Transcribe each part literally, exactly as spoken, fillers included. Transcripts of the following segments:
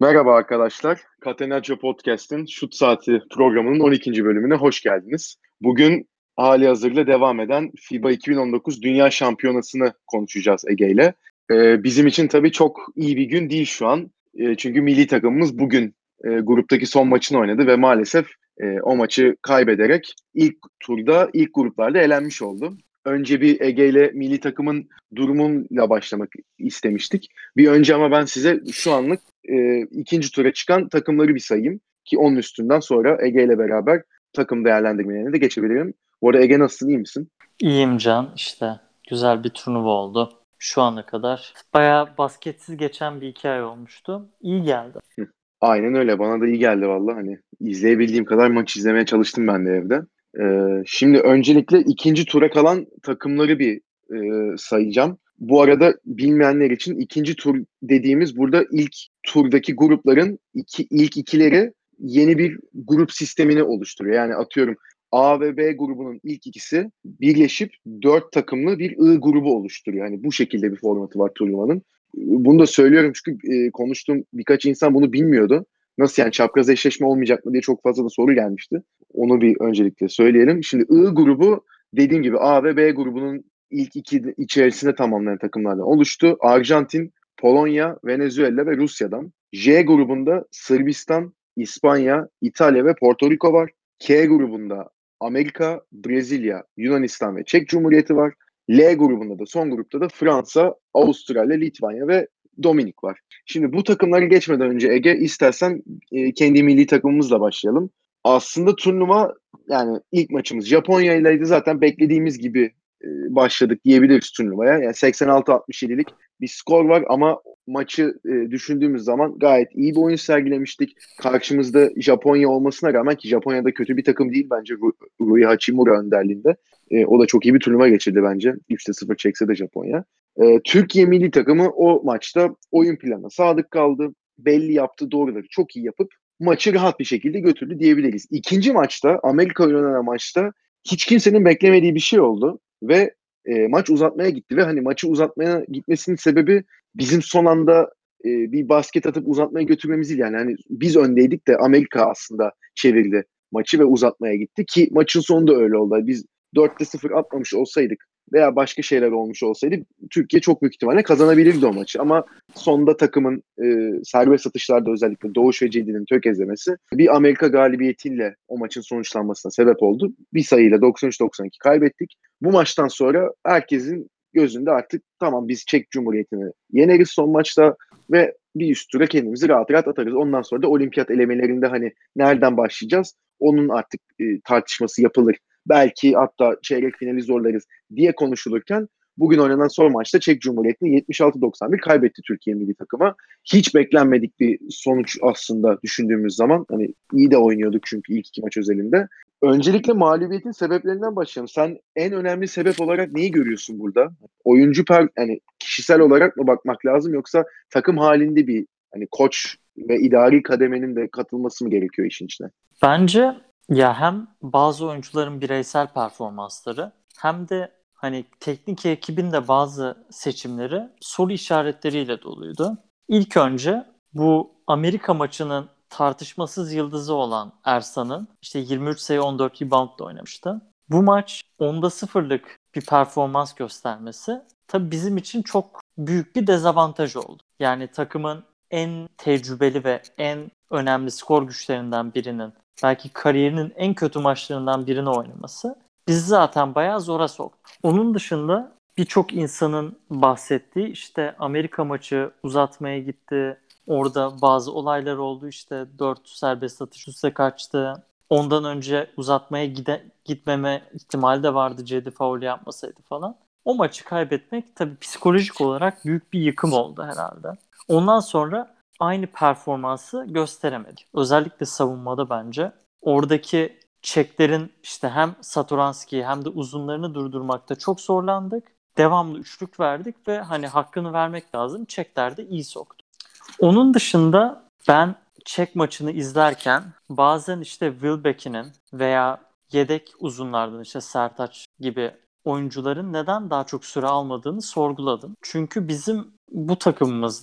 Merhaba arkadaşlar. Catenaccio Podcast'in Şut Saati programının on ikinci bölümüne hoş geldiniz. Bugün hali hazırda devam eden FIBA iki bin on dokuz Dünya Şampiyonası'nı konuşacağız Ege ile. Ee, bizim için tabii çok iyi bir gün değil şu an. Ee, çünkü milli takımımız bugün e, gruptaki son maçını oynadı ve maalesef e, o maçı kaybederek ilk turda, ilk gruplarda elenmiş oldu. Önce bir Ege ile milli takımın durumuyla başlamak istemiştik. Bir önce ama ben size şu anlık e, ikinci tura çıkan takımları bir sayayım ki onun üstünden sonra Ege ile beraber takım değerlendirmelerine de geçebilirim. Bu arada Ege, nasılsın, iyi misin? İyiyim Can. İşte güzel bir turnuva oldu. Şu ana kadar bayağı basketsiz geçen bir iki ay olmuştu. İyi geldi. Hı. Aynen öyle, bana da iyi geldi valla, hani izleyebildiğim kadar maç izlemeye çalıştım ben de evde. Ee, şimdi öncelikle ikinci tura kalan takımları bir e, sayacağım. Bu arada bilmeyenler için ikinci tur dediğimiz, burada ilk turdaki grupların iki, ilk ikileri yeni bir grup sistemini oluşturuyor. Yani atıyorum, A ve B grubunun ilk ikisi birleşip dört takımlı bir I grubu oluşturuyor. Yani bu şekilde bir formatı var turnuvanın. Bunu da söylüyorum çünkü e, konuştuğum birkaç insan bunu bilmiyordu. Nasıl yani, çapraz eşleşme olmayacak mı diye çok fazla da soru gelmişti. Onu bir öncelikle söyleyelim. Şimdi I grubu, dediğim gibi A ve B grubunun ilk iki içerisinde tamamlayan takımlardan oluştu. Arjantin, Polonya, Venezuela ve Rusya'dan. J grubunda Sırbistan, İspanya, İtalya ve Porto Rico var. K grubunda Amerika, Brezilya, Yunanistan ve Çek Cumhuriyeti var. L grubunda da, son grupta da Fransa, Avustralya, Litvanya ve Dominik var. Şimdi bu takımları geçmeden önce Ege, istersen e, kendi milli takımımızla başlayalım. Aslında turnuva, yani ilk maçımız Japonya ileydi, zaten beklediğimiz gibi e, başladık diyebiliriz turnuvaya. Yani seksen altı altmış yedilik bir skor var ama maçı e, düşündüğümüz zaman gayet iyi bir oyun sergilemiştik. Karşımızda Japonya olmasına rağmen, ki Japonya da kötü bir takım değil bence, Ru- Rui Hachimura önderliğinde. E, o da çok iyi bir turnuva geçirdi bence. üçte sıfır çekse de Japonya. E, Türkiye milli takımı o maçta oyun planına sadık kaldı. Belli yaptığı doğruları çok iyi yapıp maçı rahat bir şekilde götürdü diyebiliriz. İkinci maçta, Amerika oynanan maçta, hiç kimsenin beklemediği bir şey oldu ve e, maç uzatmaya gitti ve hani maçı uzatmaya gitmesinin sebebi bizim son anda e, bir basket atıp uzatmaya götürmemiz değil. Yani hani biz öndeydik de Amerika aslında çevirdi maçı ve uzatmaya gitti, ki maçın sonunda öyle oldu. Biz dörtte sıfır atmamış olsaydık veya başka şeyler olmuş olsaydı Türkiye çok büyük ihtimalle kazanabilirdi o maçı. Ama sonda takımın e, serbest atışlarda, özellikle Doğuş ve Cedi'nin tökezlemesi bir Amerika galibiyetiyle o maçın sonuçlanmasına sebep oldu. Bir sayıyla doksan üç doksan iki kaybettik. Bu maçtan sonra herkesin gözünde artık tamam, biz Çek Cumhuriyeti'ni yeneriz son maçta ve bir üst tura kendimizi rahat rahat atarız. Ondan sonra da olimpiyat elemelerinde hani nereden başlayacağız? Onun artık e, tartışması yapılır. Belki hatta çeyrek finali zorlarız diye konuşulurken, bugün oynanan son maçta Çek Cumhuriyeti'ni yetmiş altı doksan bir kaybetti Türkiye milli takıma. Hiç beklenmedik bir sonuç aslında düşündüğümüz zaman. Hani iyi de oynuyorduk çünkü ilk iki maç özelinde. Öncelikle mağlubiyetin sebeplerinden başlayalım. Sen en önemli sebep olarak neyi görüyorsun burada? Oyuncu per, yani kişisel olarak mı bakmak lazım, yoksa takım halinde bir hani koç ve idari kademenin de katılması mı gerekiyor işin içine? Bence ya hem bazı oyuncuların bireysel performansları hem de hani teknik ekibin de bazı seçimleri soru işaretleriyle doluydu. İlk önce bu Amerika maçının tartışmasız yıldızı olan Ersan'ın işte yirmi üç sayı on dört reboundla oynamıştı. Bu maç onda sıfırlık bir performans göstermesi tabii bizim için çok büyük bir dezavantaj oldu. Yani takımın en tecrübeli ve en önemli skor güçlerinden birinin belki kariyerinin en kötü maçlarından birini oynaması bizi zaten bayağı zora soktu. Onun dışında birçok insanın bahsettiği işte Amerika maçı uzatmaya gitti. Orada bazı olaylar oldu, işte dört serbest atış üste kaçtı. Ondan önce uzatmaya gide, gitmeme ihtimali de vardı Cedi faul yapmasaydı falan. O maçı kaybetmek tabii psikolojik olarak büyük bir yıkım oldu herhalde. Ondan sonra aynı performansı gösteremedi. Özellikle savunmada bence. Oradaki Çeklerin işte hem Satoranski'yi hem de uzunlarını durdurmakta çok zorlandık. Devamlı üçlük verdik ve hani hakkını vermek lazım. Çekler de iyi soktu. Onun dışında ben Çek maçını izlerken bazen işte Wilbeck'in veya yedek uzunlardan işte Sertaç gibi oyuncuların neden daha çok süre almadığını sorguladım. Çünkü bizim bu takımımızda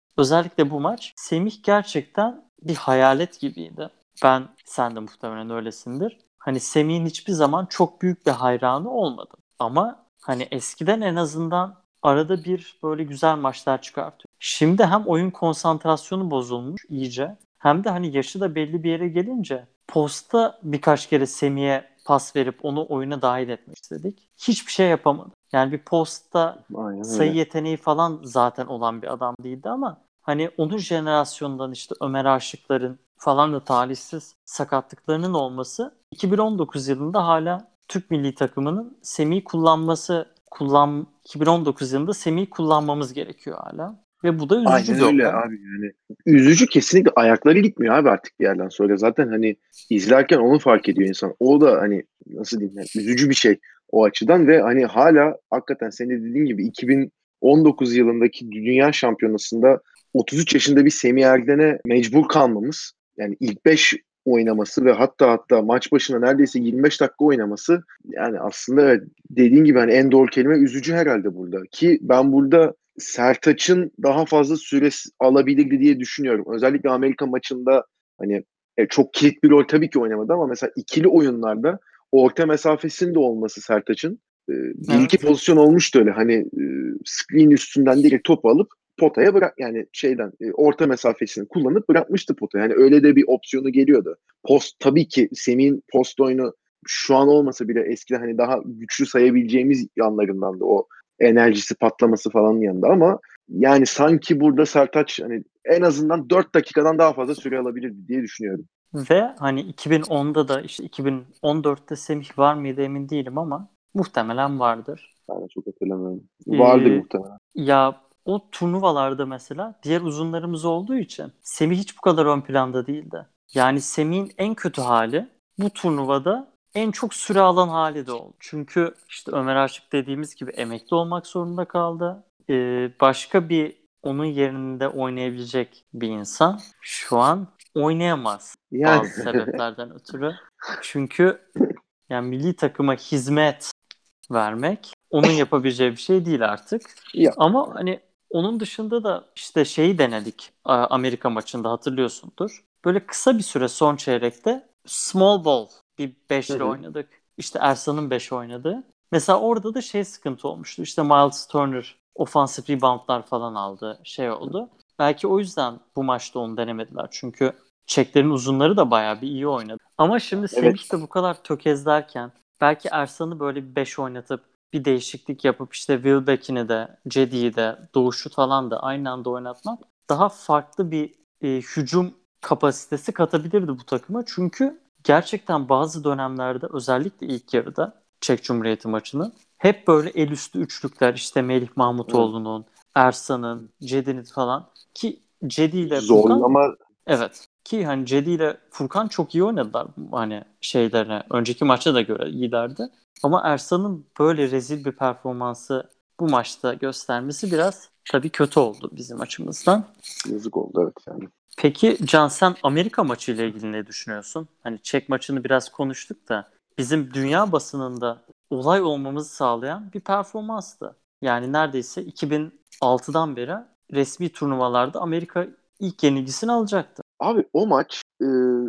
özellikle bu maç Semih gerçekten bir hayalet gibiydi. Ben, sen de muhtemelen öylesindir. Hani Semih'in hiçbir zaman çok büyük bir hayranı olmadım. Ama hani eskiden en azından arada bir böyle güzel maçlar çıkartıyor. Şimdi hem oyun konsantrasyonu bozulmuş iyice, hem de hani yaşı da belli bir yere gelince posta birkaç kere Semih'e pas verip onu oyuna dahil etmek istedik. Hiçbir şey yapamadı. Yani bir postta Aynen sayı öyle. yeteneği falan zaten olan bir adam değildi ama hani onun jenerasyonundan işte Ömer Aşıkların falan da talihsiz sakatlıklarının olması iki bin on dokuz yılında hala Türk milli takımının Semih'i kullanması kullan iki bin on dokuz yılında Semih'i kullanmamız gerekiyor hala. Ve bu da üzücü Aynen bir öyle olay. abi yani. Üzücü, kesinlikle ayakları gitmiyor abi artık bir yerden sonra. Zaten hani izlerken onu fark ediyor insan. O da hani nasıl diyeyim yani üzücü bir şey o açıdan ve hani hala hakikaten senin de dediğin gibi iki bin on dokuz yılındaki Dünya Şampiyonası'nda otuz üç yaşında bir Semih Erden'e mecbur kalmamız, yani ilk beş oynaması ve hatta hatta maç başına neredeyse yirmi beş dakika oynaması, yani aslında evet, dediğin gibi hani en doğru kelime üzücü herhalde burada. Ki ben burada Sertaç'ın daha fazla süre alabilirdi diye düşünüyorum. Özellikle Amerika maçında hani e, çok kilit bir rol tabii ki oynamadı ama mesela ikili oyunlarda orta mesafesinde olması Sertaç'ın, e, bir iki Evet. pozisyon olmuştu öyle. Hani e, screen üstünden direkt topu alıp potaya bırak, yani şeyden e, orta mesafesini kullanıp bırakmıştı potaya. Yani öyle de bir opsiyonu geliyordu. Post tabii ki Semih'in post oyunu şu an olmasa bile eskiden hani daha güçlü sayabileceğimiz yanlarından da o enerjisi patlaması falan yanında ama yani sanki burada Sertaç hani en azından dört dakikadan daha fazla süre alabilir diye düşünüyorum. Ve hani iki bin onda da işte iki bin on dörtte Semih var mıydı emin değilim ama muhtemelen vardır. Ben de çok hatırlamıyorum. Vardır Ee, muhtemelen. ya o turnuvalarda mesela diğer uzunlarımız olduğu için Semih hiç bu kadar ön planda değildi. Yani Semih'in en kötü hali bu turnuvada en çok süre alan hali de oldu. Çünkü işte Ömer Aşık dediğimiz gibi emekli olmak zorunda kaldı. Ee, başka bir onun yerinde oynayabilecek bir insan şu an oynayamaz Yani bazı sebeplerden ötürü. Çünkü yani milli takıma hizmet vermek onun yapabileceği bir şey değil artık. yok. Ama hani onun dışında da işte şeyi denedik A- Amerika maçında hatırlıyorsundur. Böyle kısa bir süre son çeyrekte small ball bir Hı beşli hı. oynadık. İşte Ersan'ın beş oynadığı. Mesela orada da şey sıkıntı olmuştu. İşte Miles Turner ofansif reboundlar falan aldı. Şey oldu. Belki o yüzden bu maçta onu denemediler. Çünkü Çeklerin uzunları da bayağı bir iyi oynadı. Ama şimdi Evet. Semih de bu kadar tökezlerken belki Ersan'ı böyle bir beş oynatıp bir değişiklik yapıp işte Wilbeck'ini de Cedi'yi de Doğuş'u falan da aynı anda oynatmak daha farklı bir e, hücum kapasitesi katabilirdi bu takıma. Çünkü gerçekten bazı dönemlerde özellikle ilk yarıda Çek Cumhuriyeti maçını hep böyle el üstü üçlükler işte Melih Evet. Mahmutoğlu'nun, Ersan'ın, Cedi'nin falan ki Cedi ile Furkan. Zorlama. Evet. Ki hani Cedi ile Furkan çok iyi oynadılar hani şeylerine. Önceki maça da göre iyilerdi. Ama Ersan'ın böyle rezil bir performansı bu maçta göstermesi biraz tabii kötü oldu bizim açımızdan. Yazık oldu evet yani. Peki Can, sen Amerika maçı ile ilgili ne düşünüyorsun? Hani Çek maçını biraz konuştuk da bizim dünya basınında olay olmamızı sağlayan bir performanstı. Yani neredeyse iki bin altıdan beri resmi turnuvalarda Amerika ilk yenilgisini alacaktı. Abi o maç e,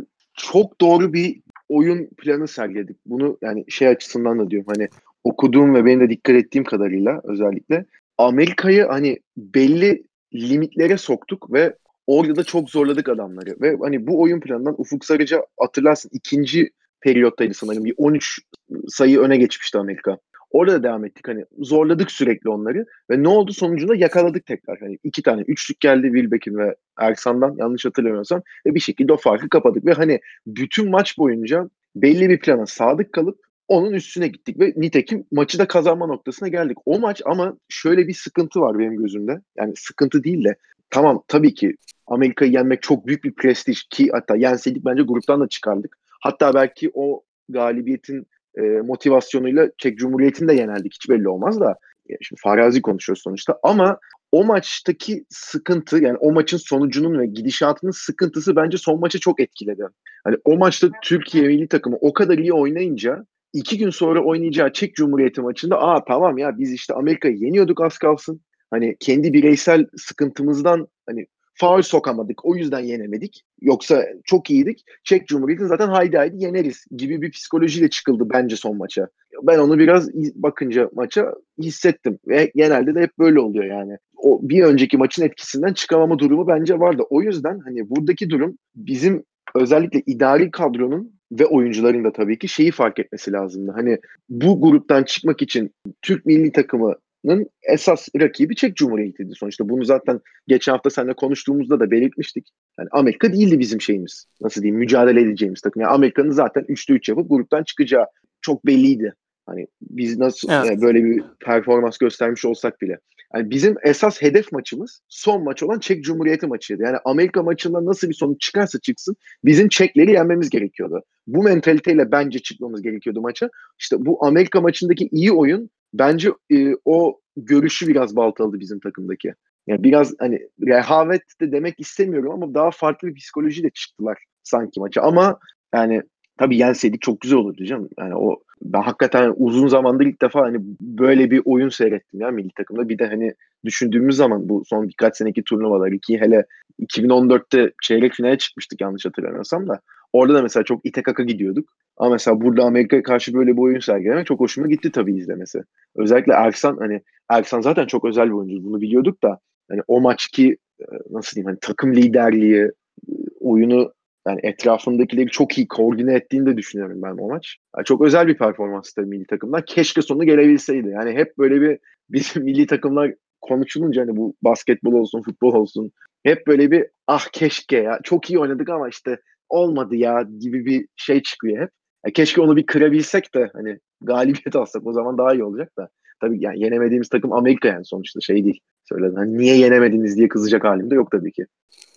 çok doğru bir oyun planı sergiledik. Bunu yani şey açısından da diyorum, hani okuduğum ve benim de dikkat ettiğim kadarıyla özellikle Amerika'yı hani belli limitlere soktuk ve orada da çok zorladık adamları. Ve hani bu oyun planından Ufuk Sarıca hatırlarsın ikinci periyottaydı sanırım. Bir on üç sayı öne geçmişti Amerika. Orada da devam ettik. Hani zorladık sürekli onları. Ve ne oldu? Sonucunda yakaladık tekrar. Hani iki tane üçlük geldi Wilbeck'in ve Ersan'dan, yanlış hatırlamıyorsam, ve bir şekilde o farkı kapadık. Ve hani bütün maç boyunca belli bir plana sadık kalıp onun üstüne gittik ve nitekim maçı da kazanma noktasına geldik. O maç ama şöyle bir sıkıntı var benim gözümde. Yani sıkıntı değil de, tamam tabii ki Amerika'yı yenmek çok büyük bir prestij, ki hatta yenseydik bence gruptan da çıkardık. Hatta belki o galibiyetin e, motivasyonuyla Çek Cumhuriyeti'ni de yenerdik. Hiç belli olmaz da. E, şimdi farazi konuşuyoruz sonuçta. Ama o maçtaki sıkıntı, yani o maçın sonucunun ve gidişatının sıkıntısı bence son maçı çok etkiledi. Hani o maçta Türkiye milli takımı o kadar iyi oynayınca iki gün sonra oynayacağı Çek Cumhuriyeti maçında aa tamam ya biz işte Amerika'yı yeniyorduk az kalsın. Hani kendi bireysel sıkıntımızdan hani faul sokamadık. O yüzden yenemedik. Yoksa çok iyiydik. Çek Cumhuriyeti'ni zaten haydi haydi yeneriz gibi bir psikolojiyle çıkıldı bence son maça. Ben onu biraz bakınca maça hissettim. Ve genelde de hep böyle oluyor yani. O bir önceki maçın etkisinden çıkamama durumu bence vardı. O yüzden hani buradaki durum bizim özellikle idari kadronun ve oyuncuların da tabii ki şeyi fark etmesi lazımdı. Hani bu gruptan çıkmak için Türk milli takımının esas rakibi Çek Cumhuriyeti'ydi sonuçta. Bunu zaten geçen hafta seninle konuştuğumuzda da belirtmiştik. Yani Amerika değildi bizim şeyimiz. Nasıl diyeyim? Mücadele edeceğimiz takım. Yani Amerika'nın zaten üçte üç yapıp gruptan çıkacağı çok belliydi. Hani biz nasıl yani Evet. böyle bir performans göstermiş olsak bile. Yani bizim esas hedef maçımız son maç olan Çek Cumhuriyeti maçıydı. Yani Amerika maçında nasıl bir sonuç çıkarsa çıksın bizim Çekleri yenmemiz gerekiyordu. Bu mentaliteyle bence çıkmamız gerekiyordu maça. İşte bu Amerika maçındaki iyi oyun bence e, o görüşü biraz baltaladı bizim takımdaki. Yani biraz hani rehavet de demek istemiyorum ama daha farklı bir psikolojiyle çıktılar sanki maça. Ama yani tabii yenseydik çok güzel olurdu canım. Yani o ben hakikaten uzun zamandır ilk defa hani böyle bir oyun seyrettim ya milli takımda. Bir de hani düşündüğümüz zaman bu son birkaç seneki turnuvalar iki hele iki bin on dörtte çeyrek finale çıkmıştık yanlış hatırlamıyorsam da. Orada da mesela çok ite kaka gidiyorduk. Ama mesela burada Amerika'ya karşı böyle bir oyun sergilemek çok hoşuma gitti tabii izlemesi. Özellikle Ersan hani Ersan zaten çok özel bir oyuncu. Bunu biliyorduk da hani o maçki e, nasıl diyeyim hani takım liderliği, e, oyunu yani etrafındakileri çok iyi koordine ettiğini de düşünüyorum ben o maç. Yani çok özel bir performanstı milli takımdan. Keşke sonu gelebilseydi. Yani hep böyle bir bizim milli takımlar konuşulunca hani bu basketbol olsun, futbol olsun hep böyle bir ah keşke ya çok iyi oynadık ama işte olmadı ya gibi bir şey çıkıyor hep. Ya keşke onu bir kırabilsek de hani galibiyet alsak o zaman daha iyi olacak da. Tabii yani yenemediğimiz takım Amerika yani sonuçta şey değil. Söyledim. Hani niye yenemediniz diye kızacak halim de yok tabii ki.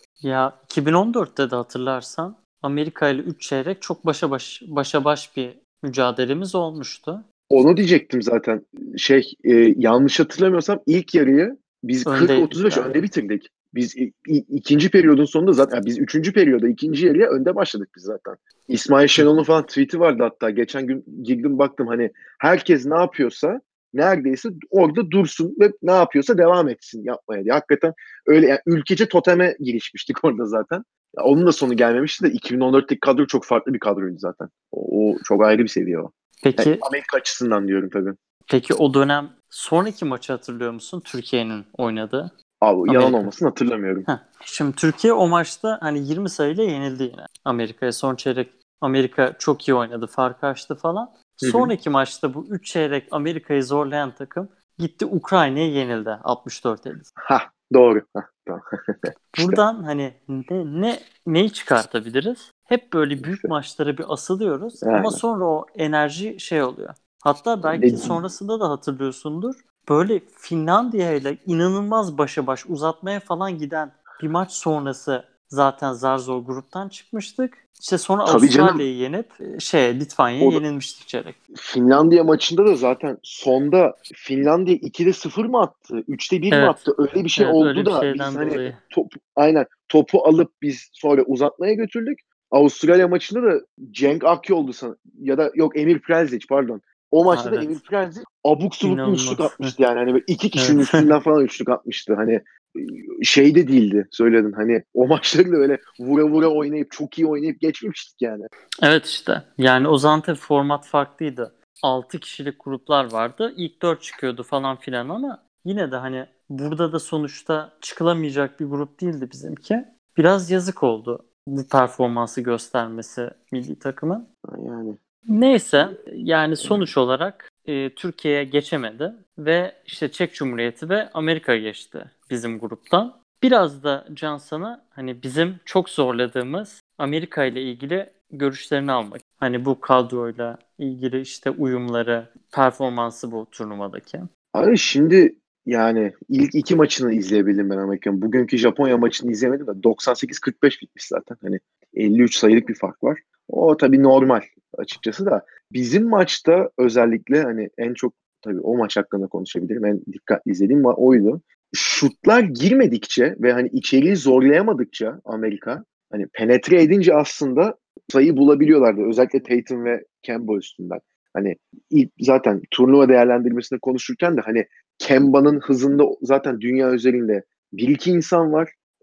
Ya iki bin on dörtte de hatırlarsan Amerika ile üç çeyrek çok başa baş başa baş bir mücadelemiz olmuştu. Onu diyecektim zaten. Şey e, yanlış hatırlamıyorsam ilk yarıyı biz kırk otuz Öndeydik beş galiba. önde bitirdik. Biz i- i- ikinci periyodun sonunda zaten yani biz üçüncü periyoda ikinci yarıya önde başladık biz zaten. İsmail Hı hı. Şenol'un falan tweet'i vardı hatta. Geçen gün girdim baktım hani herkes ne yapıyorsa neredeyse orada dursun ve ne yapıyorsa devam etsin yapmaya diye. Hakikaten öyle yani ülkece toteme girişmiştik orada zaten. Ya onun da sonu gelmemişti de iki bin on dörtteki kadro çok farklı bir kadroydu zaten. O, o çok ayrı bir seviye o. Yani Peki Amerika açısından diyorum tabii. peki o dönem sonraki maçı hatırlıyor musun? Türkiye'nin oynadığı Abi yalan Amerika. olmasın hatırlamıyorum. Heh. Şimdi Türkiye o maçta hani yirmi sayıyla yenildi yine Amerika'ya. Son çeyrek Amerika çok iyi oynadı, farkı açtı falan. Hı hı. Sonraki maçta bu üç çeyrek Amerika'yı zorlayan takım gitti Ukrayna'ya yenildi altmış dört elli. Ha doğru. Hah, tamam. İşte, Buradan hani ne, ne neyi çıkartabiliriz? Hep böyle büyük işte. maçlara bir asılıyoruz ama Aynen. sonra o enerji şey oluyor. Hatta belki De- sonrasında da hatırlıyorsundur. Böyle Finlandiya ile inanılmaz başa baş uzatmaya falan giden bir maç sonrası zaten zar zor gruptan çıkmıştık. İşte sonra tabii canım. Avustralya'yı yenip e, şey Litvanya'ya O da- yenilmiştik çeyrek. Finlandiya maçında da zaten sonda Finlandiya ikide sıfır mı attı? üçte bir mi Evet. attı? Öyle bir şey Evet oldu öyle bir da biz şeyden hani dolayı. top, aynen topu alıp biz sonra uzatmaya götürdük. Avustralya maçında da Cenk Akyol'du san- ya da yok Emir Prezic pardon. O Ha, maçta da Emir evet. Prezic abuk subuk bir üçlük İnanılmaz. atmıştı yani. Hani böyle iki kişinin Evet. üstünden falan üçlük atmıştı. Hani e, şey de değildi söyledin. Hani o maçları da öyle vura vura oynayıp çok iyi oynayıp geçmemiştik yani. Evet işte. Yani o zaman tabii format farklıydı. Altı kişilik gruplar vardı. İlk dört çıkıyordu falan filan ama yine de hani burada da sonuçta çıkılamayacak bir grup değildi bizimki. Biraz yazık oldu bu performansı göstermesi milli takımın. Yani Neyse yani sonuç olarak e, Türkiye'ye geçemedi ve işte Çek Cumhuriyeti ve Amerika geçti bizim gruptan. Biraz da Can sana hani bizim çok zorladığımız Amerika ile ilgili görüşlerini almak. Hani bu kadroyla ilgili işte uyumları, performansı bu turnuvadaki. abi şimdi yani ilk iki maçını izleyebildim ben Amerika'nın. Bugünkü Japonya maçını izlemedim de doksan sekiz kırk beş bitmiş zaten. Hani elli üç sayılık bir fark var. O tabii normal açıkçası da. Bizim maçta özellikle hani en çok tabii o maç hakkında konuşabilirim. En dikkatli izlediğim ma- oydu. Şutlar girmedikçe ve hani içeriği zorlayamadıkça Amerika hani penetre edince aslında sayı bulabiliyorlardı. Özellikle Tatum ve Kemba üstünden. Hani ilk zaten turnuva değerlendirmesinde konuşurken de hani Kemba'nın hızında zaten dünya üzerinde bir iki insan var.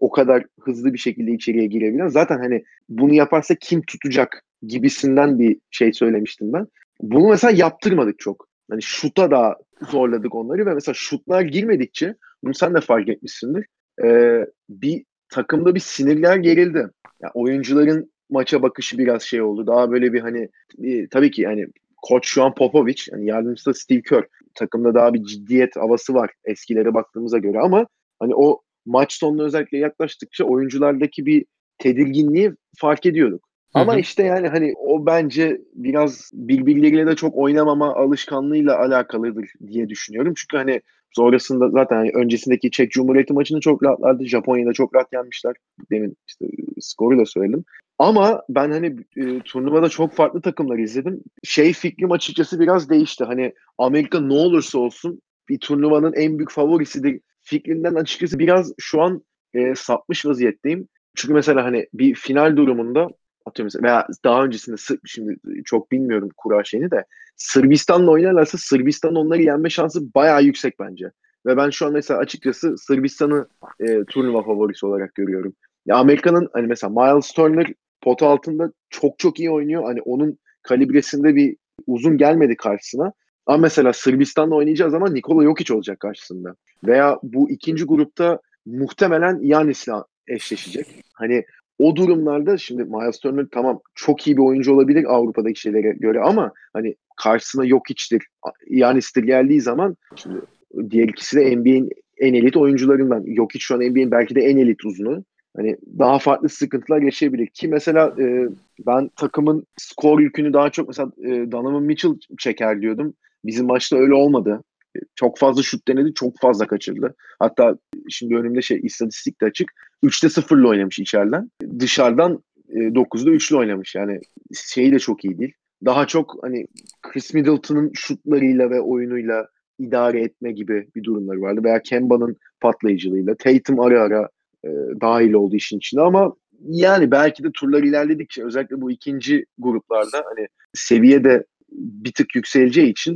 o kadar hızlı bir şekilde içeriye girebilen. Zaten hani bunu yaparsa kim tutacak gibisinden bir şey söylemiştim ben. Bunu mesela yaptırmadık çok. Hani şuta da zorladık onları ve mesela şutlar girmedikçe, bunu sen de fark etmişsindir. Ee, bir takımda bir sinirler gerildi. Ya oyuncuların maça bakışı biraz şey oldu. Daha böyle bir hani e, tabii ki hani koç şu an Popovic, yani yardımcısı da Steve Kerr. Takımda daha bir ciddiyet havası var eskilere baktığımıza göre ama hani o maç sonuna özellikle yaklaştıkça oyunculardaki bir tedirginliği fark ediyorduk. Hı Ama hı. işte yani hani o bence biraz birbirleriyle de çok oynamama alışkanlığıyla alakalıdır diye düşünüyorum. Çünkü hani sonrasında zaten hani öncesindeki Çek Cumhuriyeti maçını çok rahatlardı. Japonya'da çok rahat yenmişler. Demin işte skoru da söyledim. Ama ben hani e, turnuvada çok farklı takımlar izledim. Şey fikrim açıkçası biraz değişti. Hani Amerika ne olursa olsun bir turnuvanın en büyük favorisidir fikrinden açıkçası biraz şu an e, sapmış vaziyetteyim. Çünkü mesela hani bir final durumunda atıyorum mesela veya daha öncesinde Sır- şimdi çok bilmiyorum kura şeyini de Sırbistan'la oynarlarsa Sırbistan onları yenme şansı bayağı yüksek bence. Ve ben şu an mesela açıkçası Sırbistan'ı e, turnuva favorisi olarak görüyorum. Ya Amerika'nın hani mesela Miles Turner pota altında çok çok iyi oynuyor. Hani onun kalibresinde bir uzun gelmedi karşısına. Ama mesela Sırbistan'la oynayacağı zaman Nikola Jokic olacak karşısında. Veya bu ikinci grupta muhtemelen Giannis'le eşleşecek. Hani o durumlarda şimdi Miles Turner tamam çok iyi bir oyuncu olabilir Avrupa'daki şeylere göre ama hani karşısına Jokic'tir, Giannis'tir geldiği zaman şimdi diğer ikisi de N B A'in en elit oyuncularından. Jokic şu an N B A'in belki de en elit uzunu. Hani daha farklı sıkıntılar yaşayabilir ki mesela e, ben takımın skor yükünü daha çok mesela e, Donovan Mitchell çeker diyordum. Bizim maçta öyle olmadı. E, Çok fazla şut denedi, çok fazla kaçırdı. Hatta şimdi önümde şey istatistik de açık. üçte sıfırla oynamış içeriden. Dışarıdan e, dokuzda üçlü oynamış. Yani şeyi de çok iyi değil. Daha çok hani Chris Middleton'ın şutlarıyla ve oyunuyla idare etme gibi bir durumları vardı. Veya Kemba'nın patlayıcılığıyla. Tatum ara ara e, dahil oldu işin içine ama yani belki de turlar ilerledikçe özellikle bu ikinci gruplarda hani seviye de bir tık yükseleceği için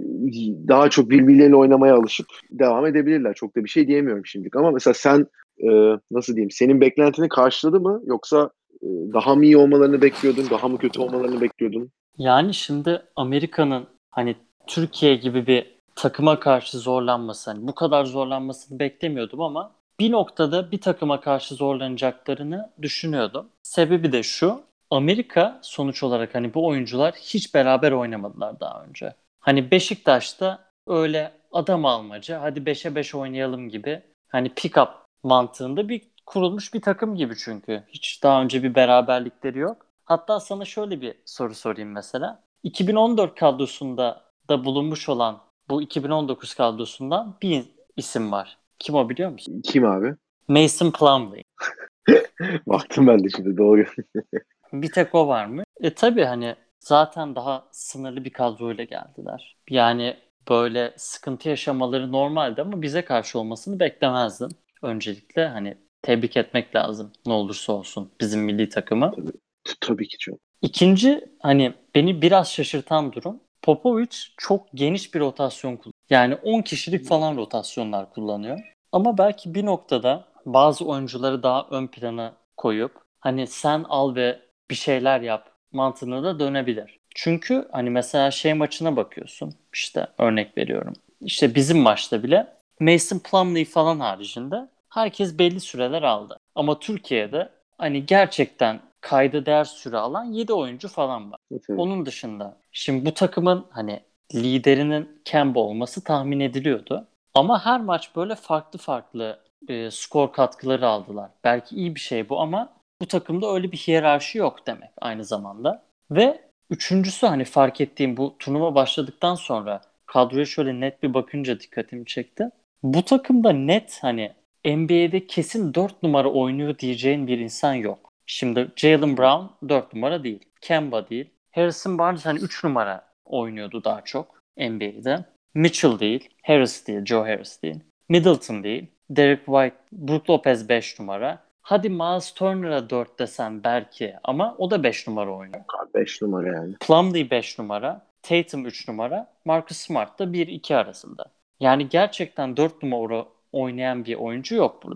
e, daha çok birbirleriyle oynamaya alışıp devam edebilirler. Çok da bir şey diyemiyorum şimdilik ama mesela sen e, nasıl diyeyim senin beklentini karşıladı mı yoksa e, daha mı iyi olmalarını bekliyordun, daha mı kötü olmalarını bekliyordun? Yani şimdi Amerika'nın hani Türkiye gibi bir takıma karşı zorlanması, hani bu kadar zorlanmasını beklemiyordum ama bir noktada bir takıma karşı zorlanacaklarını düşünüyordum. Sebebi de şu, Amerika sonuç olarak hani bu oyuncular hiç beraber oynamadılar daha önce. Hani Beşiktaş'ta öyle adam almaca, hadi beşe beş oynayalım gibi hani pick-up mantığında bir kurulmuş bir takım gibi çünkü. Hiç daha önce bir beraberlikleri yok. Hatta sana şöyle bir soru sorayım mesela. iki bin on dört kadrosunda da bulunmuş olan bu iki bin on dokuz kadrosundan bir isim var. Kim o biliyor musun? Kim abi? Mason Plumlee. Baktım ben de şimdi doğru. Bir tek o var mı? E tabii hani zaten daha sınırlı bir kadroyla geldiler. Yani böyle sıkıntı yaşamaları normaldi ama bize karşı olmasını beklemezdim. Öncelikle hani tebrik etmek lazım ne olursa olsun bizim milli takımı. Tabii, t- tabii ki çok. İkinci hani beni biraz şaşırtan durum Popovic çok geniş bir rotasyon kullanıyor. Yani on kişilik falan rotasyonlar kullanıyor. Ama belki bir noktada bazı oyuncuları daha ön plana koyup hani sen al ve bir şeyler yap mantığına da dönebilir. Çünkü hani mesela şey maçına bakıyorsun işte örnek veriyorum. İşte bizim maçta bile Mason Plumlee falan haricinde herkes belli süreler aldı. Ama Türkiye'de hani gerçekten kayda değer süre alan yedi oyuncu falan var. Evet, evet. Onun dışında şimdi bu takımın hani liderinin Kemba olması tahmin ediliyordu. Ama her maç böyle farklı farklı e, skor katkıları aldılar. Belki iyi bir şey bu ama bu takımda öyle bir hiyerarşi yok demek aynı zamanda. Ve üçüncüsü hani fark ettiğim bu turnuva başladıktan sonra kadroya şöyle net bir bakınca dikkatimi çekti. Bu takımda net hani N B A'de kesin dört numara oynuyor diyeceğin bir insan yok. Şimdi Jaylen Brown dört numara değil. Kemba değil. Harrison Barnes hani üç numara oynuyordu daha çok N B A'de. Mitchell değil. Harris değil. Joe Harris değil. Middleton değil. Derek White, Brook Lopez beş numara. Hadi Miles Turner'a dört desem belki ama o da beş numara oynuyor. Beş numara yani. Plumlee beş numara. Tatum üç numara. Marcus Smart da bir iki arasında. Yani gerçekten dört numara oynayan bir oyuncu yok burada.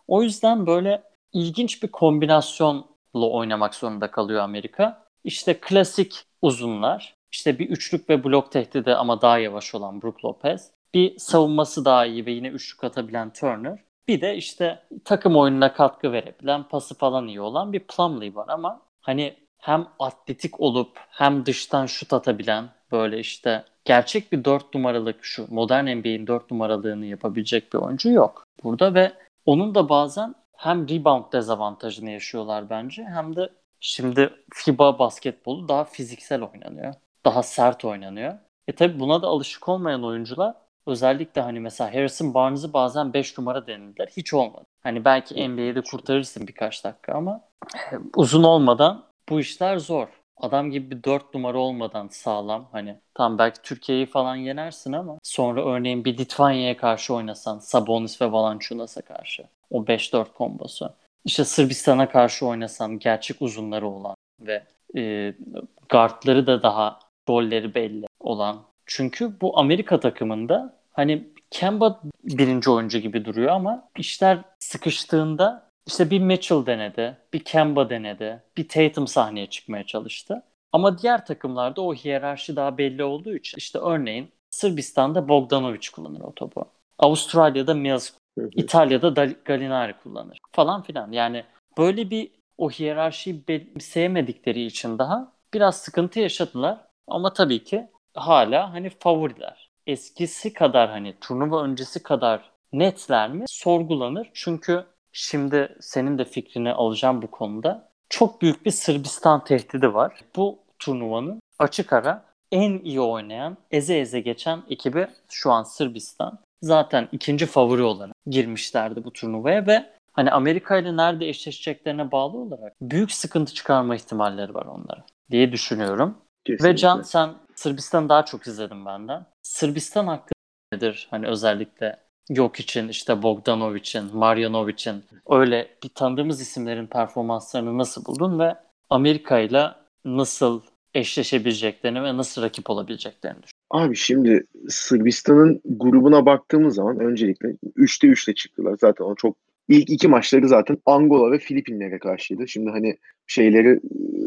O yüzden böyle ilginç bir kombinasyonla oynamak zorunda kalıyor Amerika. İşte klasik uzunlar, işte bir üçlük ve blok tehdidi ama daha yavaş olan Brook Lopez, bir savunması daha iyi ve yine üçlük atabilen Turner, bir de işte takım oyununa katkı verebilen, pası falan iyi olan bir Plumlee var ama hani hem atletik olup hem dıştan şut atabilen böyle işte gerçek bir dört numaralık şu modern N B A'in dört numaralığını yapabilecek bir oyuncu yok burada ve onun da bazen hem rebound dezavantajını yaşıyorlar bence hem de şimdi FIBA basketbolu daha fiziksel oynanıyor. Daha sert oynanıyor. E tabi buna da alışık olmayan oyuncular özellikle hani mesela Harrison Barnes'ı bazen beş numara denediler. Hiç olmadı. Hani belki N B A'de kurtarırsın birkaç dakika ama e, uzun olmadan bu işler zor. Adam gibi bir dört numara olmadan sağlam hani tam belki Türkiye'yi falan yenersin ama sonra örneğin bir Litvanya'ya karşı oynasan Sabonis ve Valanciunas'a karşı o beş dört kombosu. İşte Sırbistan'a karşı oynasan gerçek uzunları olan ve e, guardları da daha rolleri belli olan. Çünkü bu Amerika takımında hani Kemba birinci oyuncu gibi duruyor ama işler sıkıştığında işte bir Mitchell denedi, bir Kemba denedi, bir Tatum sahneye çıkmaya çalıştı. Ama diğer takımlarda o hiyerarşi daha belli olduğu için işte örneğin Sırbistan'da Bogdanovic kullanır o topu. Avustralya'da Mills, İtalya'da da Gallinari kullanır falan filan. Yani böyle bir o hiyerarşiyi sevmedikleri için daha biraz sıkıntı yaşadılar. Ama tabii ki hala hani favoriler. Eskisi kadar hani turnuva öncesi kadar netler mi sorgulanır. Çünkü şimdi senin de fikrini alacağım bu konuda. Çok büyük bir Sırbistan tehdidi var. Bu turnuvanın açık ara en iyi oynayan, eze eze geçen ekibi şu an Sırbistan. Zaten ikinci favori olarak girmişlerdi bu turnuvaya ve hani Amerika ile nerede eşleşeceklerine bağlı olarak büyük sıkıntı çıkarma ihtimalleri var onlara diye düşünüyorum. Ve Can Kesinlikle. sen Sırbistan'ı daha çok izledin benden. Sırbistan hakkında nedir? Hani özellikle Jokic'in, işte Bogdanovic'in, Marjanovic'in öyle bir tanıdığımız isimlerin performanslarını nasıl buldun ve Amerika ile nasıl eşleşebileceklerini ve nasıl rakip olabileceklerini düşün. Abi şimdi Sırbistan'ın grubuna baktığımız zaman öncelikle üçte üçle çıktılar. Zaten o çok ilk iki maçları zaten Angola ve Filipinlere karşıydı. Şimdi hani şeyleri e,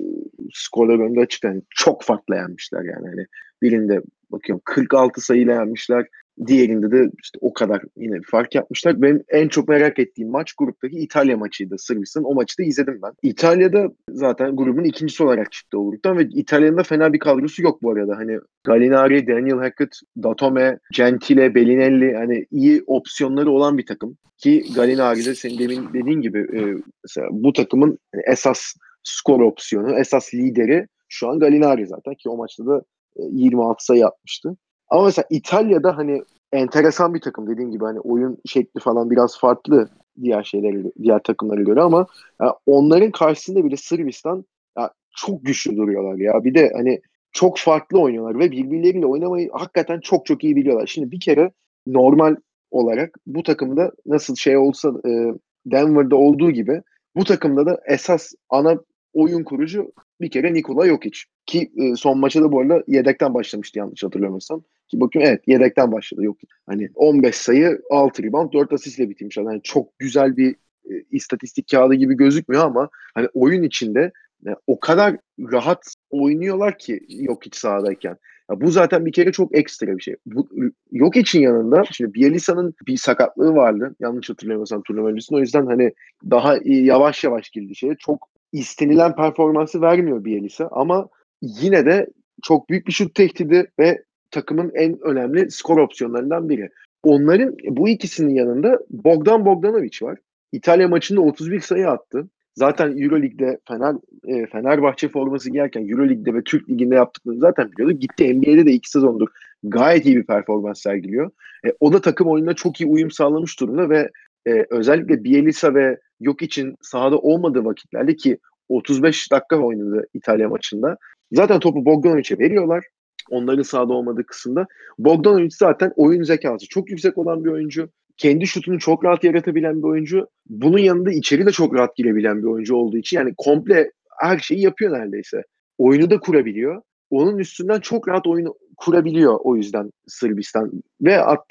skorlar önünde açık yani çok farklı yenmişler yani. Hani birinde bakıyorum kırk altı sayıyla yenmişler. Diğerinde de işte o kadar yine bir fark yapmışlar. Benim en çok merak ettiğim maç gruptaki İtalya maçıydı Sırbistan. O maçı da izledim ben. İtalya'da zaten grubun ikincisi olarak çıktı o gruptan ve İtalya'nın da fena bir kadrosu yok bu arada. Hani Gallinari, Daniel Hackett, Datome, Gentile, Bellinelli hani iyi opsiyonları olan bir takım. Ki Gallinari de senin demin dediğin gibi e, mesela bu takımın esas skor opsiyonu, esas lideri şu an Gallinari zaten ki o maçta da e, yirmi altı sayı atmıştı. Ama mesela İtalya'da hani enteresan bir takım dediğin gibi hani oyun şekli falan biraz farklı diğer şeylere, diğer takımlara göre ama ya onların karşısında bile Sırbistan ya çok güçlü duruyorlar ya. Bir de hani çok farklı oynuyorlar ve birbirleriyle oynamayı hakikaten çok çok iyi biliyorlar. Şimdi bir kere normal olarak bu takımda nasıl şey olsa e, Denver'da olduğu gibi bu takımda da esas ana oyun kurucu bir kere Nikola Jokic. Ki e, son maçta da bu arada yedekten başlamıştı yanlış hatırlamıyorsam. Ki bakıyorum evet yedekten başladı Jokic. Hani on beş sayı, altı rebound, dört asistle bitirmiş. Yani çok güzel bir e, istatistik kağıdı gibi gözükmüyor ama hani oyun içinde e, o kadar rahat oynuyorlar ki Jokic sahadayken. Ya bu zaten bir kere çok ekstra bir şey. Bu, Jokic'in yanında şimdi Bielisa'nın bir sakatlığı vardı. Yanlış hatırlamıyorsam turnuva öncesinde. O yüzden hani daha iyi, yavaş yavaş girdi şeye. Çok istenilen performansı vermiyor Bielisa ama yine de çok büyük bir şut tehdidi ve takımın en önemli skor opsiyonlarından biri. Onların bu ikisinin yanında Bogdan Bogdanovic var. İtalya maçında otuz bir sayı attı. Zaten Euroleague'de Fener, e, Fenerbahçe forması giyerken Euroleague'de ve Türk Ligi'nde yaptıklarını zaten biliyorduk. Gitti N B A'de de iki sezondur gayet iyi bir performans sergiliyor. E, o da takım oyununa çok iyi uyum sağlamış durumda ve e, özellikle Bielisa ve Jokic'in sahada olmadığı vakitlerde ki otuz beş dakika oynadı İtalya maçında. Zaten topu Bogdanovic'e veriyorlar. Onların sahada olmadığı kısımda. Bogdanovic zaten oyun zekası çok yüksek olan bir oyuncu. Kendi şutunu çok rahat yaratabilen bir oyuncu. Bunun yanında içeri de çok rahat girebilen bir oyuncu olduğu için yani komple her şeyi yapıyor neredeyse. Oyunu da kurabiliyor. Onun üstünden çok rahat oyun kurabiliyor o yüzden Sırbistan. Ve hatta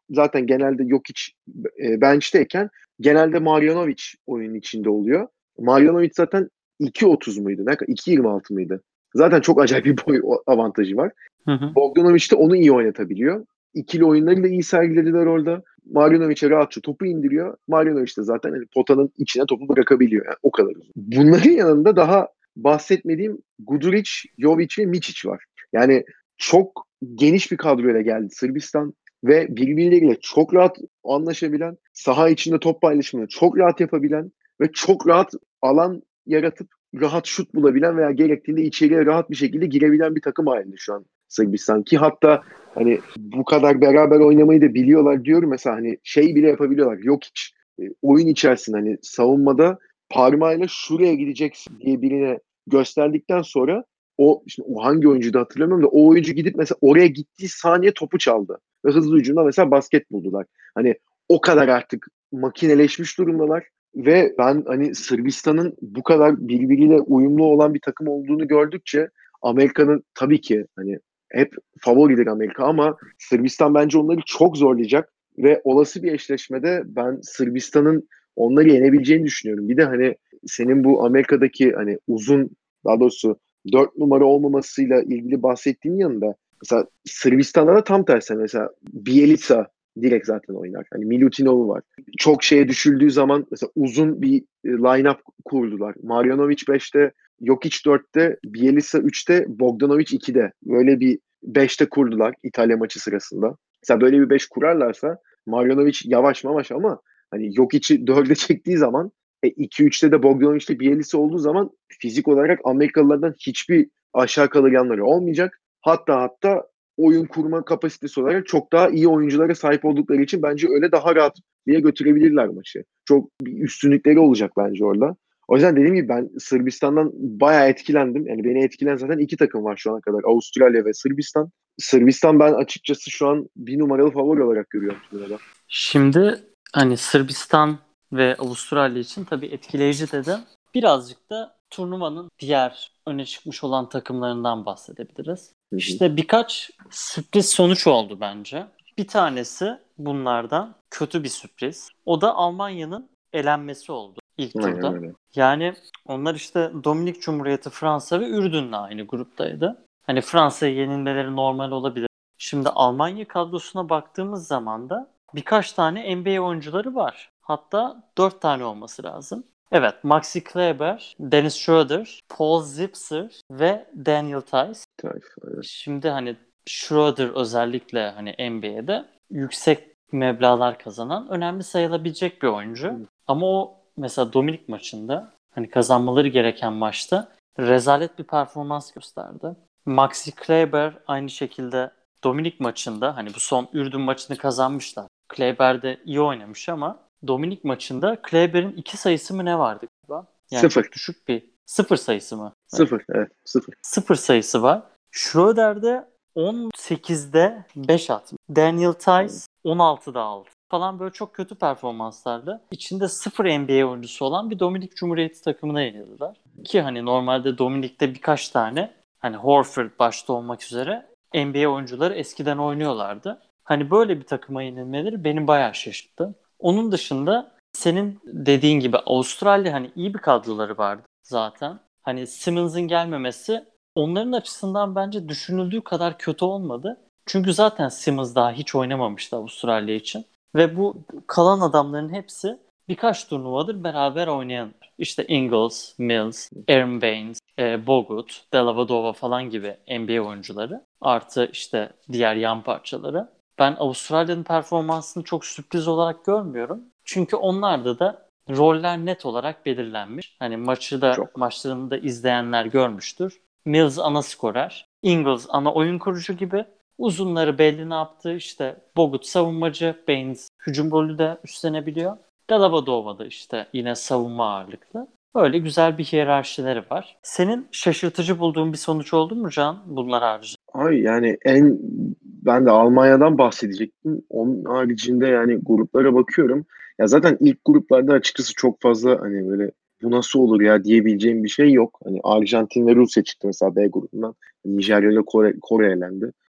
zaten genelde Jokic e, bench'teyken genelde Marjanovic oyunun içinde oluyor. Marjanovic zaten iki otuz muydu? Ne kadar? iki yirmi altı mıydı? Zaten çok acayip bir boy avantajı var. Hı hı. Bogdanovic de onu iyi oynatabiliyor. İkili oyunları da iyi sergilediler orada. Marjanovic'e rahatça topu indiriyor. Marjanovic de zaten hani potanın içine topu bırakabiliyor. Yani o kadar uzun. Bunların yanında daha bahsetmediğim Guduric, Jovic ve Micic var. Yani çok geniş bir kadroyla geldi Sırbistan ve birbirleriyle çok rahat anlaşabilen, saha içinde top paylaşımını çok rahat yapabilen ve çok rahat alan yaratıp rahat şut bulabilen veya gerektiğinde içeriye rahat bir şekilde girebilen bir takım halinde şu an Sırbistan, ki hatta hani bu kadar beraber oynamayı da biliyorlar diyorum, mesela hani şey bile yapabiliyorlar. Yok hiç e, oyun içerisinde hani savunmada parmağıyla şuraya gideceksin diye birine gösterdikten sonra o, şimdi o hangi oyuncuyu da hatırlamıyorum da, o oyuncu gidip mesela oraya gittiği saniye topu çaldı ve hızlı hücumda mesela basket buldular. Hani o kadar artık makineleşmiş durumdalar. Ve ben hani Sırbistan'ın bu kadar birbiriyle uyumlu olan bir takım olduğunu gördükçe, Amerika'nın tabii ki hani hep favoridir Amerika, ama Sırbistan bence onları çok zorlayacak ve olası bir eşleşmede ben Sırbistan'ın onları yenebileceğini düşünüyorum. Bir de hani senin bu Amerika'daki hani uzun, daha doğrusu dört numara olmamasıyla ilgili bahsettiğin yanında, mesela Sırbistan'da da tam tersi, mesela Bjelica direkt zaten oynar. Hani Milutinov'u var. Çok şeye düşüldüğü zaman mesela uzun bir e, line-up kurdular. Marjanovic beşte, Jokic dörtte, Bjelica üçte, Bogdanovic ikide. Böyle bir beşte kurdular İtalya maçı sırasında. Mesela böyle bir beş kurarlarsa, Marjanovic yavaş mavaş ama hani Jokic'i dörde çektiği zaman, e, iki üçte de Bogdanovic'te Bjelica olduğu zaman fizik olarak Amerikalılardan hiçbir aşağı kalır yanları olmayacak. Hatta hatta oyun kurma kapasitesi olarak çok daha iyi oyunculara sahip oldukları için bence öyle daha rahat diye götürebilirler maçı. Çok bir üstünlükleri olacak bence orada. O yüzden dediğim gibi ben Sırbistan'dan bayağı etkilendim. Yani beni etkilen zaten iki takım var şu ana kadar: Avustralya ve Sırbistan. Sırbistan ben açıkçası şu an bir numaralı favori olarak görüyorum turnuvada. Şimdi hani Sırbistan ve Avustralya için tabii etkileyici dedim. Birazcık da turnuvanın diğer öne çıkmış olan takımlarından bahsedebiliriz. Hı hı. İşte birkaç sürpriz sonuç oldu bence. Bir tanesi bunlardan kötü bir sürpriz. O da Almanya'nın elenmesi oldu ilk Aynen turda. öyle. Yani onlar işte Dominik Cumhuriyeti, Fransa ve Ürdün'le aynı gruptaydı. Hani Fransa'ya yenilmeleri normal olabilir. Şimdi Almanya kadrosuna baktığımız zaman da birkaç tane N B A oyuncuları var. Hatta dört tane olması lazım. Evet, Maxi Kleber, Dennis Schroeder, Paul Zipser ve Daniel Theis. Tabii, aynen. Şimdi hani Schroeder özellikle hani N B A'de yüksek meblağlar kazanan önemli sayılabilecek bir oyuncu. Ama o mesela Dominik maçında, hani kazanmaları gereken maçta rezalet bir performans gösterdi. Maxi Kleber aynı şekilde Dominik maçında, hani bu son Ürdün maçını kazanmışlar. Kleber de iyi oynamış ama Dominik maçında Kleber'in iki sayısı mı ne vardı galiba? Yani Sıfır. çok düşük bir sıfır sayısı mı? Evet. Sıfır. Evet. Sıfır. Sıfır sayısı var. Schroeder'de on sekizde beş atmış. Daniel Theis on altıda altı falan, böyle çok kötü performanslarla içinde sıfır N B A oyuncusu olan bir Dominik Cumhuriyeti takımına yenildiler. Ki hani normalde Dominik'te birkaç tane, hani Horford başta olmak üzere, N B A oyuncuları eskiden oynuyorlardı. Hani böyle bir takıma yenilmeleri beni bayağı şaşırttı. Onun dışında senin dediğin gibi Avustralya hani iyi bir kadroları vardı zaten. Hani Simmons'ın gelmemesi onların açısından bence düşünüldüğü kadar kötü olmadı. Çünkü zaten Simmons daha hiç oynamamıştı Avustralya için. Ve bu kalan adamların hepsi birkaç turnuvadır beraber oynayanlar. İşte Ingles, Mills, Aaron Baines, e, Bogut, Dellavedova falan gibi N B A oyuncuları. Artı işte diğer yan parçaları. Ben Avustralya'nın performansını çok sürpriz olarak görmüyorum. Çünkü onlarda da roller net olarak belirlenmiş. Hani maçı da, Çok. maçlarını da izleyenler görmüştür. Mills ana skorer, Ingles ana oyun kurucu gibi. Uzunları belli ne yaptığı, işte Bogut savunmacı, Baines hücum rolü de üstlenebiliyor. Dellavedova da işte yine savunma ağırlıklı. Böyle güzel bir hiyerarşileri var. Senin şaşırtıcı bulduğun bir sonuç oldu mu Can, bunlar harici? Ay yani en ben de Almanya'dan bahsedecektim. Onun haricinde yani gruplara bakıyorum. Ya zaten ilk gruplarda açıkçası çok fazla hani böyle bu nasıl olur ya diyebileceğim bir şey yok. Hani Arjantin ve Rusya çıktı mesela B grubundan. Nijerya ile Kore, Kore elendi.